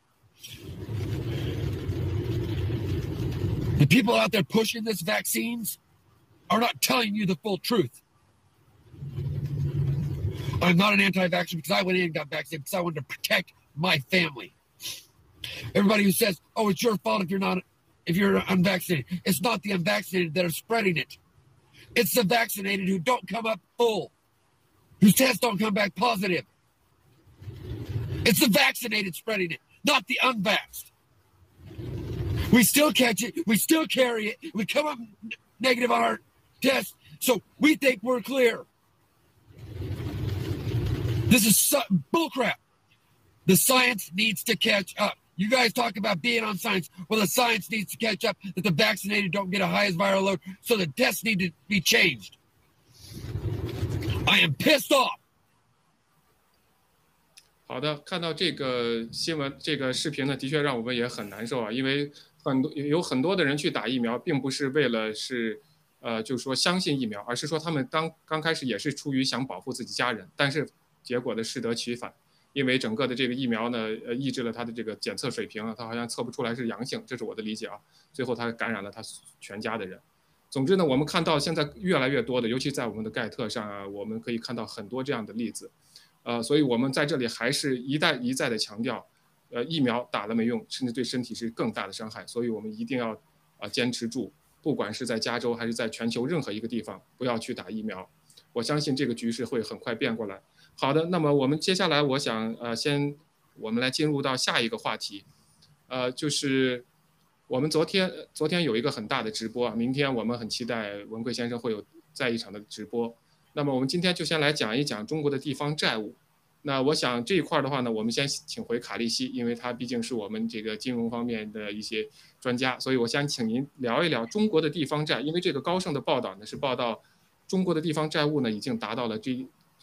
The people out there pushing this vaccines are not telling you the full truth. I'm not an anti-vaxxer because I went in and got vaccinated because I wanted to protect my family. Everybody who says, oh, it's your fault if you're not, if you're unvaccinated. It's not the unvaccinated that are spreading it. It's the vaccinated who don't come up full, whose tests don't come back positive. It's the vaccinated spreading it, not the unvaxxed. We still catch it. We still carry it. We come up negative on our test, so we think we're clear. This is su- bullcrap. The science needs to catch up. You guys talk about being on science. Well, the science needs to catch up that the vaccinated don't get a highest viral load, so the tests need to be changed. I am pissed off. 好的，看到这个新闻、这个视频呢，的确让我们也很难受啊，因为很多有很多的人去打疫苗，并不是为了是，呃，就是说相信疫苗，而是说他们刚刚开始也是出于想保护自己家人，但是结果呢适得其反，因为整个的这个疫苗呢，呃，抑制了他的这个检测水平啊，他好像测不出来是阳性，这是我的理解啊，最后他感染了他全家的人。总之呢，我们看到现在越来越多的，尤其在我们的盖特上啊，我们可以看到很多这样的例子。呃，所以我们在这里还是一再一再的强调，呃，疫苗打了没用，甚至对身体是更大的伤害。所以我们一定要啊、呃、坚持住，不管是在加州还是在全球任何一个地方，不要去打疫苗。我相信这个局势会很快变过来。好的，那么我们接下来我想呃先我们来进入到下一个话题，呃，就是我们昨天昨天有一个很大的直播，明天我们很期待文贵先生会有再一场的直播。那么我们今天就先来讲一讲中国的地方债务。那我想这一块的话呢，我们先请回卡利西，因为他毕竟是我们这个金融方面的一些专家，所以我想请您聊一聊中国的地方债。因为这个高盛的报道呢是报道中国的地方债务呢已经达到了这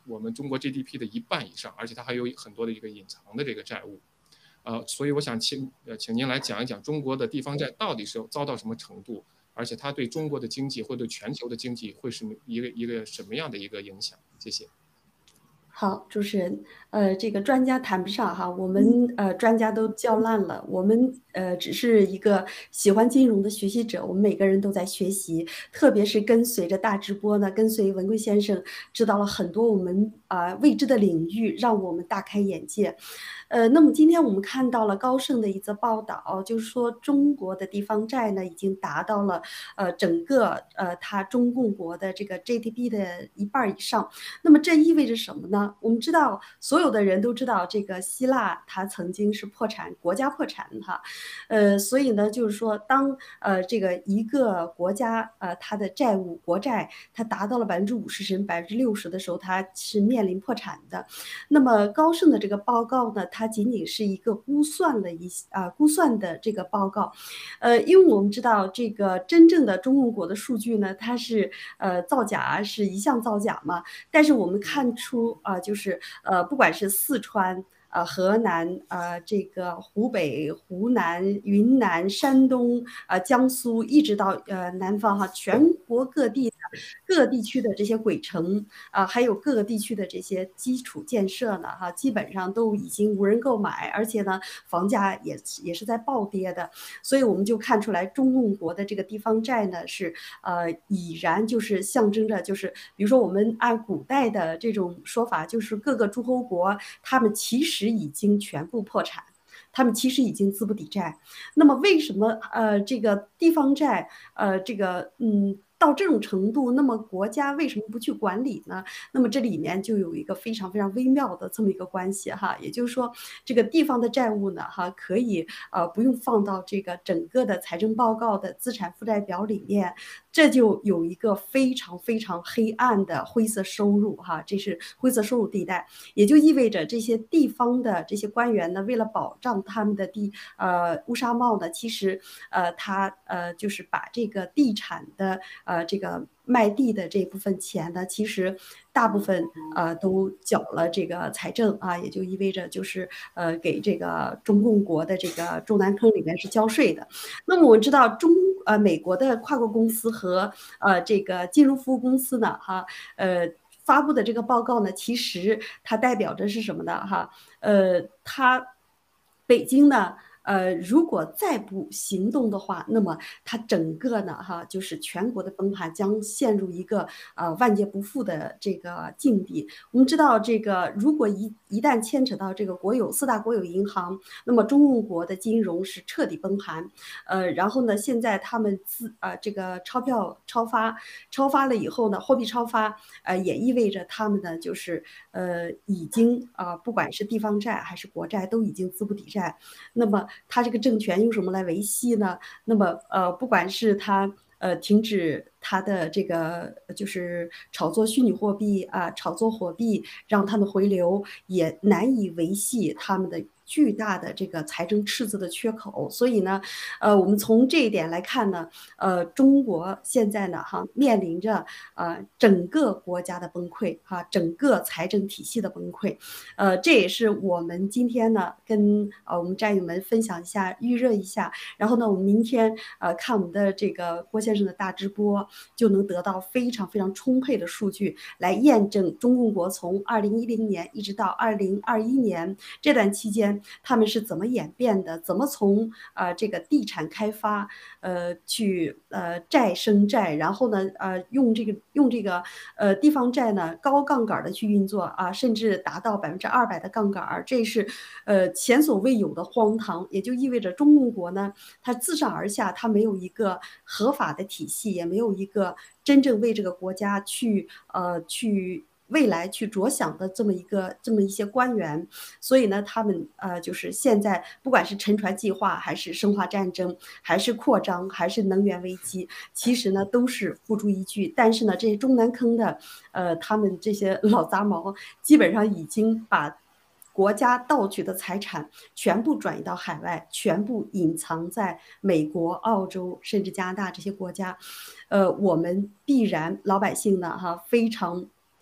我们中国 G D P 的一半以上，而且它还有很多的一个隐藏的这个债务。呃，所以我想请呃请您来讲一讲中国的地方债到底是遭到什么程度，而且它对中国的经济或对全球的经济会是一个一个什么样的一个影响？谢谢。 好，主持人，呃，这个专家谈不上哈，我们呃专家都叫烂了，我们呃只是一个喜欢金融的学习者，我们每个人都在学习，特别是跟随着大直播呢，跟随文贵先生，知道了很多我们啊、呃、未知的领域，让我们大开眼界。呃，那么今天我们看到了高盛的一则报道，就是说中国的地方债呢已经达到了呃整个呃它中共国的这个 G D P 的一半以上。那么这意味着什么呢？我们知道，所有的人都知道，这个希腊它曾经是破产，国家破产哈，呃，所以呢，就是说，当呃这个一个国家呃它的债务国债它达到了百分之五十甚至百分之六十的时候，它是面临破产的。那么高盛的这个报告呢，它仅仅是一个估算了一啊、呃、估算的这个报告，呃，因为我们知道这个真正的中共国的数据呢，它是呃造假是一项造假嘛。但是我们看出啊、呃，就是呃，不管是四川、呃河南、呃这个湖北、湖南、云南、山东、呃江苏，一直到呃南方哈，全国各地的各地区的这些鬼城啊、呃，还有各个地区的这些基础建设呢，哈，基本上都已经无人购买，而且呢，房价也也是在暴跌的，所以我们就看出来中共国的这个地方债呢是呃已然就是象征着就是比如说我们按古代的这种说法，就是各个诸侯国他们其实已经全部破产。他们其实已经资不抵债，那么为什么呃这个地方债呃这个嗯到这种程度，那么国家为什么不去管理呢？那么这里面就有一个非常非常微妙的这么一个关系哈，也就是说这个地方的债务呢哈可以呃不用放到这个整个的财政报告的资产负债表里面，这就有一个非常非常黑暗的灰色收入哈，这是灰色收入地带，也就意味着这些地方的这些官员呢，为了保障他们的地呃乌纱帽呢，其实呃他呃就是把这个地产的呃这个卖地的这部分钱呢，其实大部分呃都缴了这个财政啊，也就意味着就是呃给这个中共国的这个中南坑里面是交税的。那么我知道中呃美国的跨国公司和呃这个金融服务公司呢，哈呃。发布的这个报告呢，其实它代表着是什么呢？哈，呃，它北京呢，呃，如果再不行动的话，那么它整个呢，哈，就是全国的崩盘将陷入一个呃万劫不复的这个境地。我们知道，这个如果一一旦牵扯到这个国有四大国有银行，那么中共国的金融是彻底崩盘。呃，然后呢，现在他们自呃这个钞票超发，超发了以后呢，货币超发，呃，也意味着他们呢就是呃已经啊、呃，不管是地方债还是国债，都已经资不抵债。那么他这个政权用什么来维系呢？那么呃，不管是他呃停止他的这个就是炒作虚拟货币啊、呃，炒作货币，让他们回流，也难以维系他们的巨大的这个财政赤字的缺口。所以呢，呃，我们从这一点来看呢，呃，中国现在呢哈面临着呃整个国家的崩溃哈，整个财政体系的崩溃。呃，这也是我们今天呢跟呃我们战友们分享一下，预热一下。然后呢，我们明天呃看我们的这个郭先生的大直播，就能得到非常非常充沛的数据来验证中共国从二零一零年一直到二零二一年这段期间，他们是怎么演变的，怎么从呃这个地产开发呃去呃债生债，然后呢呃用这个用这个呃地方债呢高杠杆的去运作啊，甚至达到百分之二百的杠杆，这是呃前所未有的荒唐。也就意味着中共国呢，它自上而下，它没有一个合法的体系，也没有一个真正为这个国家去呃去未来去着想的这么一个这么一些官员。所以呢，他们呃就是现在不管是沉船计划，还是生化战争，还是扩张，还是能源危机，其实呢都是付诸一炬。但是呢，这些中南坑的呃他们这些老杂毛，基本上已经把国家盗取的财产全部转移到海外，全部隐藏在美国、澳洲甚至加拿大这些国家。呃，我们必然老百姓呢，哈，非常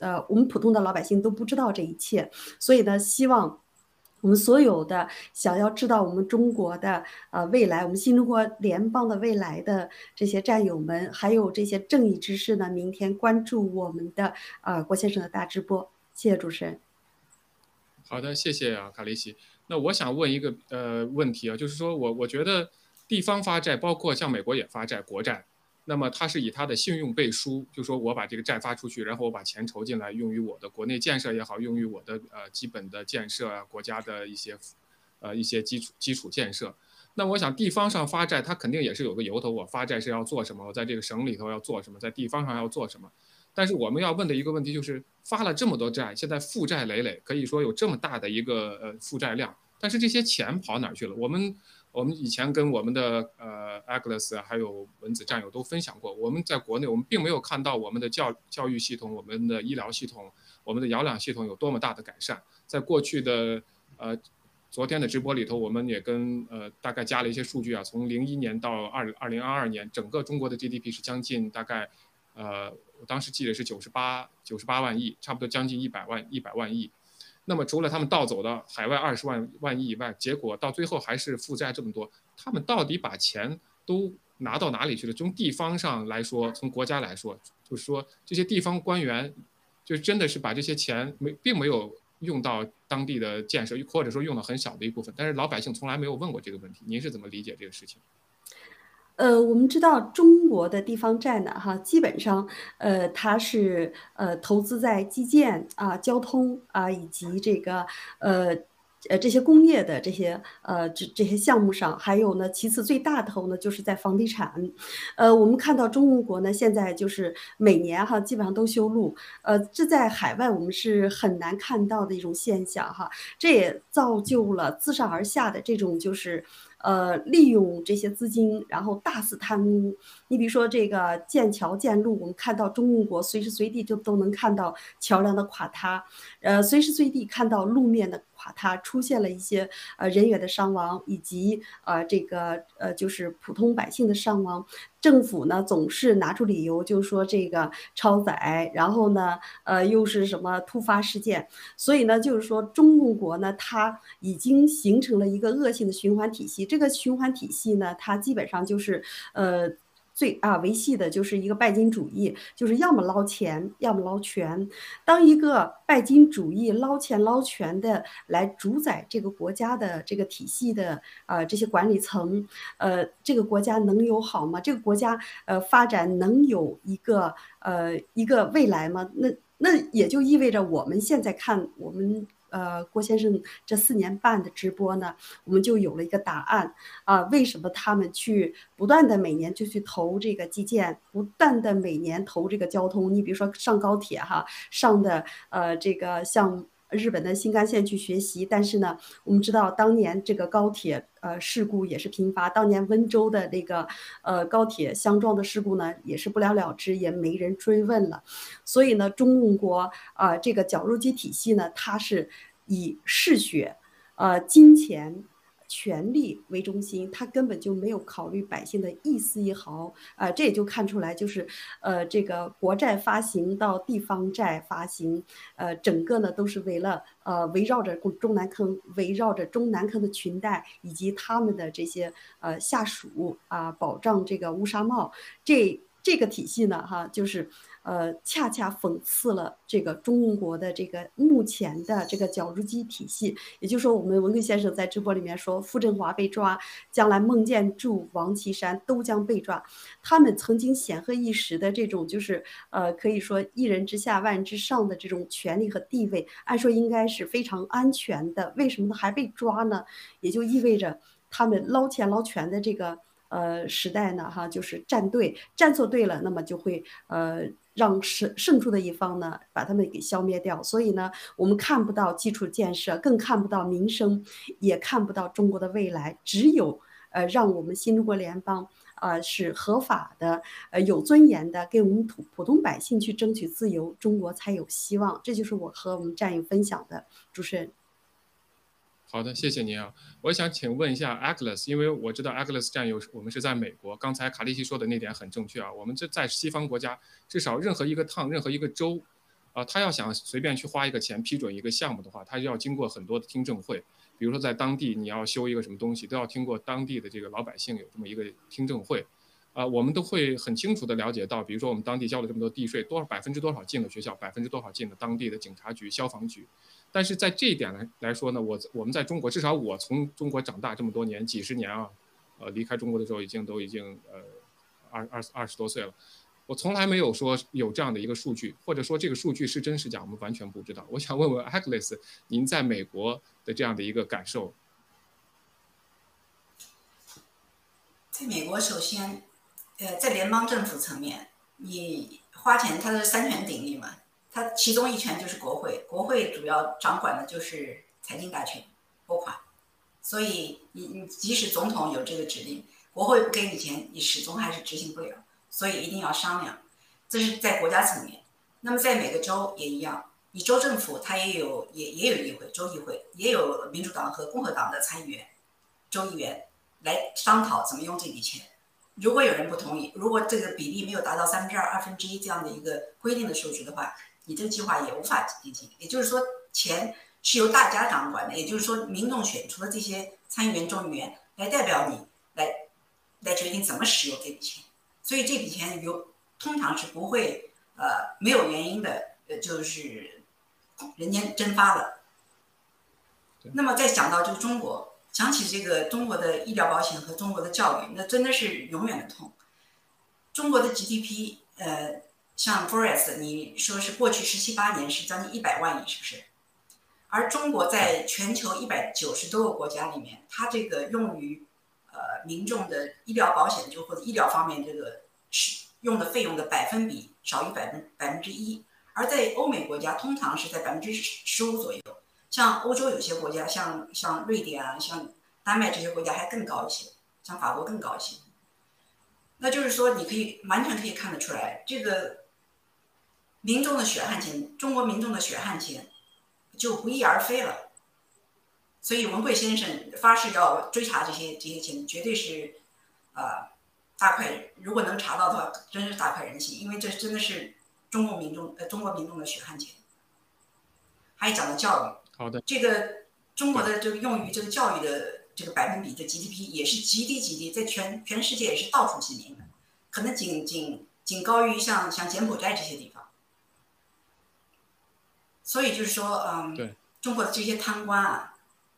呃，我们普通的老百姓都不知道这一切，所以呢，希望我们所有的想要知道我们中国的呃未来，我们新中国联邦的未来的这些战友们，还有这些正义之士呢，明天关注我们的呃郭先生的大直播。谢谢主持人。 好的，谢谢啊，卡利西。那我想问一个呃问题啊，就是说我我觉得地方发债，包括像美国也发债，国债，那么它是以它的信用背书，就说我把这个债发出去，然后我把钱筹进来，用于我的国内建设也好，用于我的呃基本的建设啊，国家的一些呃一些基础基础建设。那我想地方上发债，它肯定也是有个由头，我发债是要做什么，我在这个省里头要做什么，在地方上要做什么。但是我们要问的一个问题就是，发了这么多债，现在负债累累，可以说有这么大的一个呃负债量，但是这些钱跑哪儿去了？我们我们以前跟我们的呃 Agnes 还有文子战友都分享过，我们在国内我们并没有看到我们的教教育系统、我们的医疗系统、我们的养老系统有多么大的改善。在过去的呃昨天的直播里头，我们也跟呃大概加了一些数据啊，从零一年到二二零二二年，整个中国的 G D P 是将近大概呃。我当时记得是九十八九十八万亿，差不多将近一百万一百万亿。那么除了他们盗走的海外二十万万亿以外，结果到最后还是负债这么多。他们到底把钱都拿到哪里去了？从地方上来说，从国家来说，就是说这些地方官员，就真的是把这些钱没并没有用到当地的建设，或者说用了很小的一部分。但是老百姓从来没有问过这个问题，您是怎么理解这个事情？ 呃，我们知道中国的地方债呢，哈，基本上，呃，它是呃投资在基建啊、交通啊以及这个呃呃这些工业的这些呃这这些项目上，还有呢，其次最大头呢就是在房地产。呃，我们看到中国呢现在就是每年哈基本上都修路，呃，这在海外我们是很难看到的一种现象哈，这也造就了自上而下的这种就是。呃，利用这些资金，然后大肆贪污。你比如说这个建桥建路，我们看到中国随时随地就都能看到桥梁的垮塌，呃，随时随地看到路面的垮塌，出现了一些呃人员的伤亡，以及呃这个呃就是普通百姓的伤亡。政府呢总是拿出理由，就说这个超载，然后呢，呃，又是什么突发事件，所以呢，就是说中国呢，它已经形成了一个恶性的循环体系。这个循环体系呢，它基本上就是，呃。最啊维系的就是一个拜金主义，就是要么捞钱，要么捞权。当一个拜金主义捞钱捞权的来主宰这个国家的这个体系的呃这些管理层，呃，这个国家能有好吗？这个国家呃发展能有一个呃一个未来吗？那那也就意味着我们现在看我们。呃，郭先生这四年半的直播呢，我们就有了一个答案啊，为什么他们去不断的每年就去投这个基建，不断的每年投这个交通？你比如说上高铁哈，上的呃这个像日本的新干线去学习，但是呢，我们知道当年这个高铁呃事故也是频发，当年温州的那个呃高铁相撞的事故呢也是不了了之，也没人追问了。所以呢，中国啊、呃、这个绞肉机体系呢，它是以嗜血、呃金钱。权力为中心，他根本就没有考虑百姓的一丝一毫，啊、呃，这也就看出来，就是，呃，这个国债发行到地方债发行，呃，整个呢都是为了，呃，围绕着中南坑，围绕着中南坑的裙带以及他们的这些呃下属啊、呃，保障这个乌纱帽，这这个体系呢，哈，就是。呃，恰恰讽刺了这个中国的这个目前的这个绞肉机体系，也就是说，我们文贵先生在直播里面说，傅振华被抓，将来孟建柱、王岐山都将被抓，他们曾经显赫一时的这种，就是呃，可以说一人之下万人之上的这种权力和地位，按说应该是非常安全的，为什么还被抓呢？也就意味着他们捞钱捞权的这个。呃，时代呢，哈，就是站队，站错队了，那么就会呃让胜胜出的一方呢把他们给消灭掉。所以呢，我们看不到基础建设，更看不到民生，也看不到中国的未来。只有呃让我们新中国联邦啊、呃、是合法的，呃有尊严的，给我们普普通百姓去争取自由，中国才有希望。这就是我和我们战友分享的，主持人。 好的，谢谢您啊。我想请问一下 Agnes， 因为我知道 Agnes 战友我们是在美国，刚才卡利西说的那点很正确啊。我们这在西方国家，至少任何一个趟、任何一个州， 啊，他要想随便去花一个钱批准一个项目的话，他就要经过很多的听证会。比如说在当地你要修一个什么东西，都要听过当地的这个老百姓有这么一个听证会。啊，我们都会很清楚地了解到，比如说我们当地交了这么多地税，多少百分之多少进了学校，百分之多少进了当地的警察局、消防局。但是在这一点来来说呢，我我们在中国，至少我从中国长大这么多年，几十年啊，呃，离开中国的时候已经都已经呃二二二十多岁了，我从来没有说有这样的一个数据，或者说这个数据是真是假，我们完全不知道。我想问问 Agnes， 您在美国的这样的一个感受？ 在美国，首先。呃，在联邦政府层面，你花钱它是三权鼎立嘛，它其中一权就是国会，国会主要掌管的就是财经大权、拨款，所以你你即使总统有这个指令，国会不给你钱，你始终还是执行不了，所以一定要商量，这是在国家层面。那么在每个州也一样，你州政府它也有也也有议会，州议会也有民主党和共和党的参议员、州议员来商讨怎么用这笔钱。如果有人不同意，如果这个比例没有达到三分之二、二分之一这样的一个规定的数值的话，你这个计划也无法进行。也就是说，钱是由大家掌管的，也就是说，民众选出的这些参议员、众议员来代表你，来来决定怎么使用这笔钱。所以这笔钱有通常是不会呃没有原因的，呃就是人间蒸发了。那么再讲到这个中国。想起这个中国的医疗保险和中国的教育，那真的是永远的痛。中国的 G D P， 呃，像 Forest， 你说是过去十七八年是将近一百万亿，是不是？而中国在全球一百九十多个国家里面，它这个用于呃民众的医疗保险就或者医疗方面这个是用的费用的百分比少于百分百分之一，而在欧美国家通常是在百分之十五左右。像欧洲有些国家，像像瑞典啊，像丹麦这些国家还更高一些，像法国更高一些。那就是说，你可以完全可以看得出来，这个民众的血汗钱，中国民众的血汗钱就不翼而飞了。所以文贵先生发誓要追查这些这些钱，绝对是呃大快，如果能查到的话，真是大快人心，因为这真的是中国民众呃中国民众的血汗钱。还讲到教育。 好的， 这个中国的这个用于这个教育的这个百分比的 G D P 也是极低极低，在全全世界也是倒数几名的，可能仅仅仅高于像像柬埔寨这些地方。所以就是说，嗯， 对， 中国的这些贪官啊，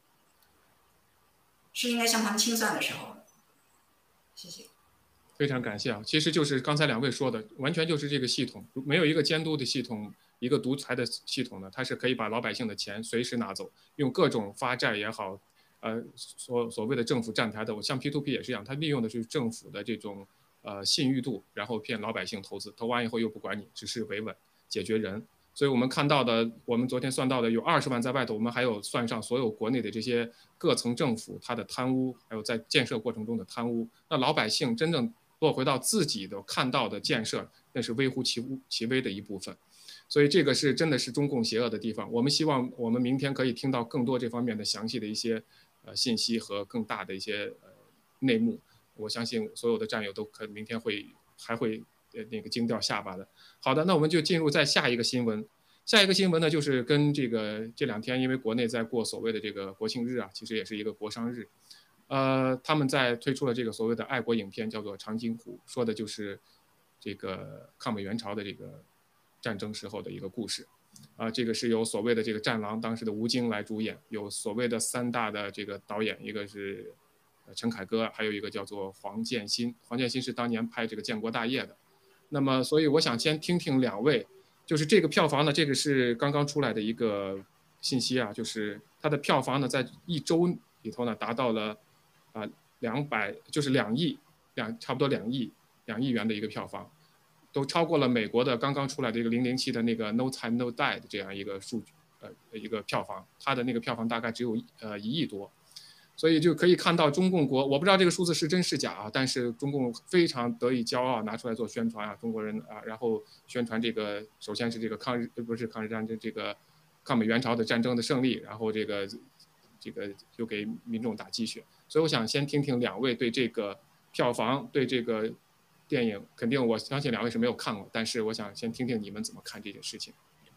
是应该向他们清算的时候了。谢谢。 非常感谢啊，其实就是刚才两位说的，完全就是这个系统，没有一个监督的系统。一个独裁的系统呢，它是可以把老百姓的钱随时拿走，用各种发债也好，呃，所所谓的政府站台的，我像 P to P 也是一样，它利用的是政府的这种呃信誉度，然后骗老百姓投资，投完以后又不管你，只是维稳解决人。所以我们看到的，我们昨天算到的有二十万在外头，我们还有算上所有国内的这些各层政府它的贪污，还有在建设过程中的贪污，那老百姓真正落回到自己的看到的建设，那是微乎其其微的一部分。所以这个是真的是中共邪恶的地方。我们希望我们明天可以听到更多这方面的详细的一些呃信息和更大的一些呃内幕。我相信所有的战友都可明天会还会呃那个惊掉下巴的。好的，那我们就进入再下一个新闻。下一个新闻呢，就是跟这个这两天因为国内在过所谓的这个国庆日啊，其实也是一个国殇日。呃，他们在推出了这个所谓的爱国影片，叫做《长津湖》，说的就是这个抗美援朝的这个战争时候的一个故事，啊、呃，这个是由所谓的这个战狼当时的吴京来主演，有所谓的三大的这个导演，一个是陈凯歌，还有一个叫做黄建新。黄建新是当年拍这个《建国大业》的。那么，所以我想先听听两位，就是这个票房呢，这个是刚刚出来的一个信息啊，就是它的票房呢，在一周里头呢，达到了啊两百，就是两亿两差不多两亿两亿元的一个票房。都超过了美国的刚刚出来的一个零零七的那个 No Time No Die 的这样一个数据，呃，一个票房，它的那个票房大概只有呃一亿多，所以就可以看到中共国，我不知道这个数字是真是假啊，但是中共非常得以骄傲，拿出来做宣传啊，中国人啊，然后宣传这个，首先是这个抗日不是抗日战争这个抗美援朝的战争的胜利，然后这个这个就给民众打鸡血，所以我想先听听两位对这个票房，对这个电影，肯定我相信两位是没有看过，但是我想先听听你们怎么看这件事情。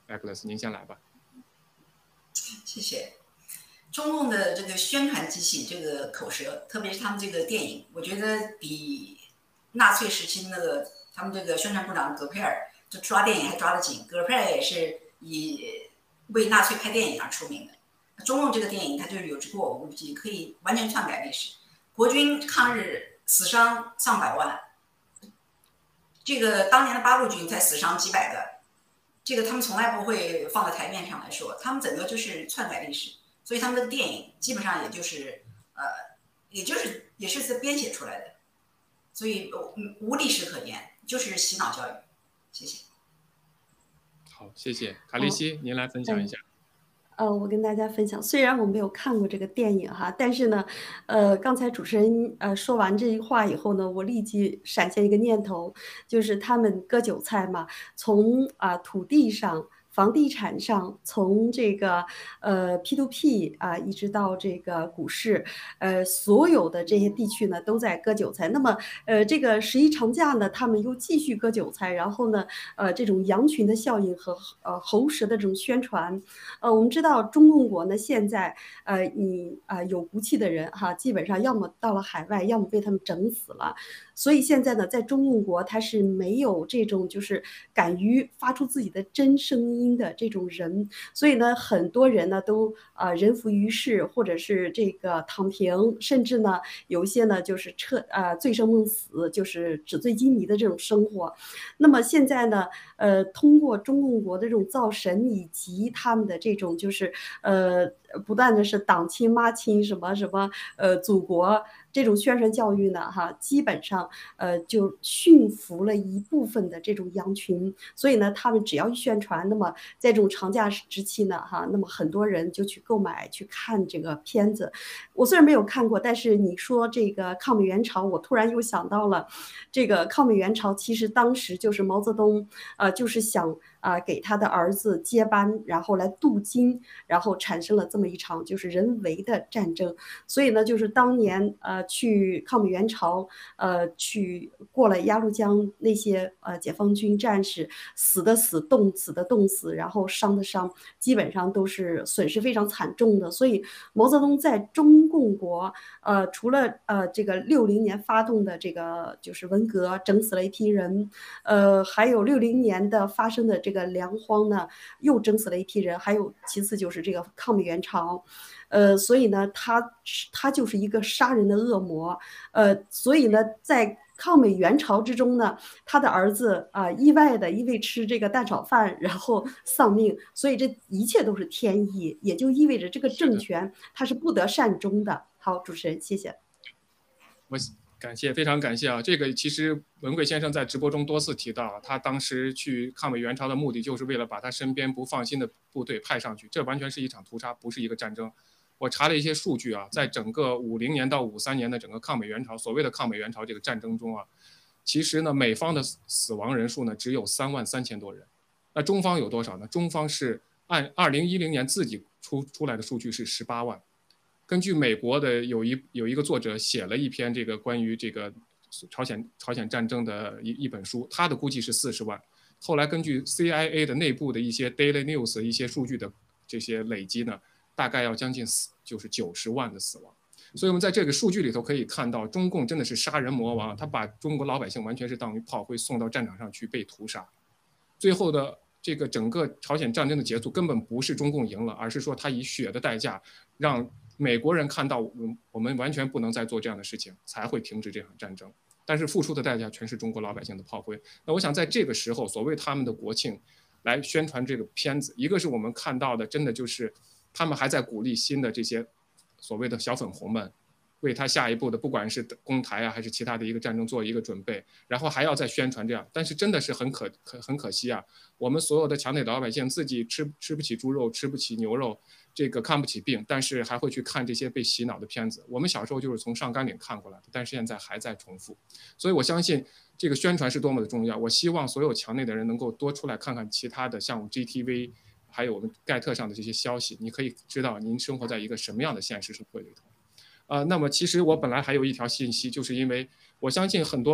Agnes， 您先来吧。 谢谢。中共的这个宣传机器，这个口舌，特别是他们这个电影，我觉得比纳粹时期那个他们这个宣传部长戈培尔就抓电影还抓得紧。戈培尔也是以为纳粹拍电影而出名的。中共这个电影它就是有之过无不及，可以完全篡改历史。国军抗日死伤上百万，这个当年的八路军才死伤几百个，这个他们从来不会放在台面上来说，他们整个就是篡改历史。所以他们的电影基本上也就是，呃，也就是也是在编写出来的，所以无历史可言，就是洗脑教育。谢谢。 好，谢谢卡利西，您来分享一下。 呃，我跟大家分享，虽然我没有看过这个电影哈，但是呢，呃，刚才主持人呃说完这句话以后呢，我立即闪现一个念头，就是他们割韭菜嘛，从啊、呃、土地上。房地产上，从这个呃 P to P 啊，一直到这个股市，呃，所有的这些地区呢都在割韭菜。那么，呃，这个十一长假呢，他们又继续割韭菜，然后呢，呃，这种羊群的效应和呃喉舌的这种宣传，呃，我们知道中共国呢现在，呃，你啊、呃、有骨气的人哈，基本上要么到了海外，要么被他们整死了。所以现在呢，在中共国，他是没有这种就是敢于发出自己的真声音的这种人，所以呢，很多人呢都啊、呃、人浮于事，或者是这个躺平，甚至呢有一些呢就是彻啊、呃、醉生梦死，就是纸醉金迷的这种生活。那么现在呢，呃，通过中共国的这种造神以及他们的这种就是呃不断的是党亲妈亲什么什么呃祖国。这种宣传教育呢，哈，基本上呃就驯服了一部分的这种羊群，所以呢，他们只要一宣传，那么在这种长假之期呢，哈，那么很多人就去购买去看这个片子。我虽然没有看过，但是你说这个抗美援朝，我突然又想到了，这个抗美援朝其实当时就是毛泽东，呃，就是想。啊、呃，给他的儿子接班，然后来镀金，然后产生了这么一场就是人为的战争。所以呢，就是当年呃去抗美援朝，呃去过了鸭绿江那些呃解放军战士死的死，冻死的冻死，然后伤的伤，基本上都是损失非常惨重的。所以毛泽东在中共国，呃除了呃这个六零年发动的这个就是文革，整死了一批人，呃还有六零年的发生的这个粮荒呢，又整死了一批人，还有其次就是这个抗美援朝，呃，所以呢，他他就是一个杀人的恶魔，呃，所以呢，在抗美援朝之中呢，他的儿子啊、呃，意外的因为吃这个蛋炒饭，然后丧命，所以这一切都是天意，也就意味着这个政权它是不得善终的。好，主持人，谢谢。 我。感谢，非常感谢啊！这个其实文贵先生在直播中多次提到，他当时去抗美援朝的目的就是为了把他身边不放心的部队派上去，这完全是一场屠杀，不是一个战争。我查了一些数据啊，在整个五零年到五三年的整个抗美援朝，所谓的抗美援朝这个战争中啊，其实呢，美方的死亡人数呢只有三万三千多人，那中方有多少呢？中方是按二零一零年自己出出来的数据是十八万。根据美国的有一有一个作者写了一篇这个关于这个朝鲜朝鲜战争的一一本书，他的估计是四十万。后来根据 C I A 的内部的一些 Daily News 一些数据的这些累积呢，大概要将近就是九十万的死亡。所以我们在这个数据里头可以看到，中共真的是杀人魔王，他把中国老百姓完全是当于炮灰送到战场上去被屠杀。最后的这个整个朝鲜战争的结束根本不是中共赢了，而是说他以血的代价让美国人看到我们完全不能再做这样的事情，才会停止这场战争。但是付出的代价全是中国老百姓的炮灰。那我想在这个时候，所谓他们的国庆来宣传这个片子，一个是我们看到的，真的就是他们还在鼓励新的这些所谓的小粉红们，为他下一步的不管是攻台啊还是其他的一个战争做一个准备，然后还要再宣传这样。但是真的是很可很很可惜啊，我们所有的墙内的老百姓自己吃吃不起猪肉，吃不起牛肉，这个看不起病，但是还会去看这些被洗脑的片子。我们小时候就是从上甘岭看过来的，但是现在还在重复。所以我相信这个宣传是多么的重要。我希望所有墙内的人能够多出来看看其他的像 G T V 还有我们盖特上的这些消息，你可以知道您生活在一个什么样的现实社会里头。呃，那么其实我本来还有一条信息，就是因为我相信很多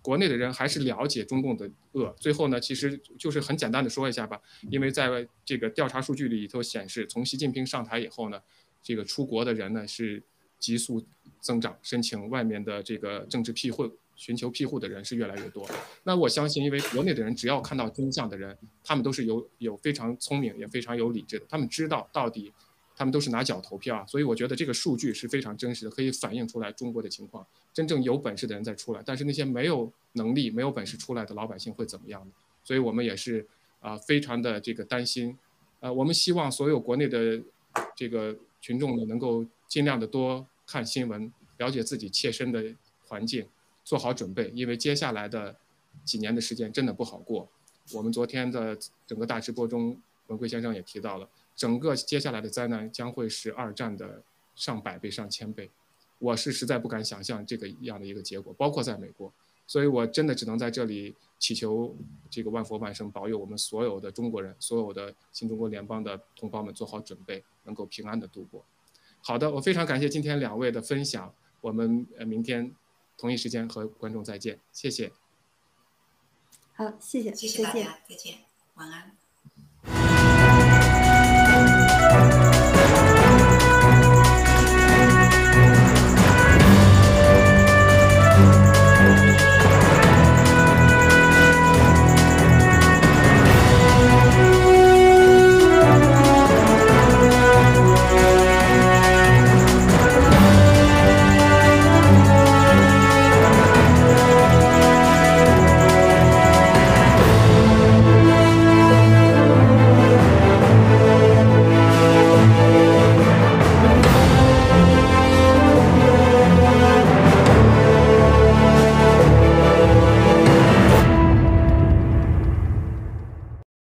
国内的人还是了解中共的恶。最后呢，其实就是很简单的说一下吧，因为在这个调查数据里头显示，从习近平上台以后呢，这个出国的人呢是急速增长，申请外面的这个政治庇护、寻求庇护的人是越来越多。那我相信，因为国内的人只要看到真相的人，他们都是有有非常聪明也非常有理智的，他们知道到底。他们都是拿脚投票啊，所以我觉得这个数据是非常真实的，可以反映出来中国的情况。真正有本事的人再出来，但是那些没有能力、没有本事出来的老百姓会怎么样呢？所以我们也是啊、呃，非常的这个担心。呃，我们希望所有国内的这个群众呢，能够尽量的多看新闻，了解自己切身的环境，做好准备，因为接下来的几年的时间真的不好过。我们昨天的整个大直播中，文贵先生也提到了。整个接下来的灾难将会是二战的上百倍、上千倍，我是实在不敢想象这个样的一个结果，包括在美国，所以我真的只能在这里祈求这个万佛万圣保佑我们所有的中国人、所有的新中国联邦的同胞们做好准备，能够平安的度过。好的，我非常感谢今天两位的分享，我们呃明天同一时间和观众再见，谢谢。 好，谢谢， 谢谢大家，再见，晚安。 Thank you.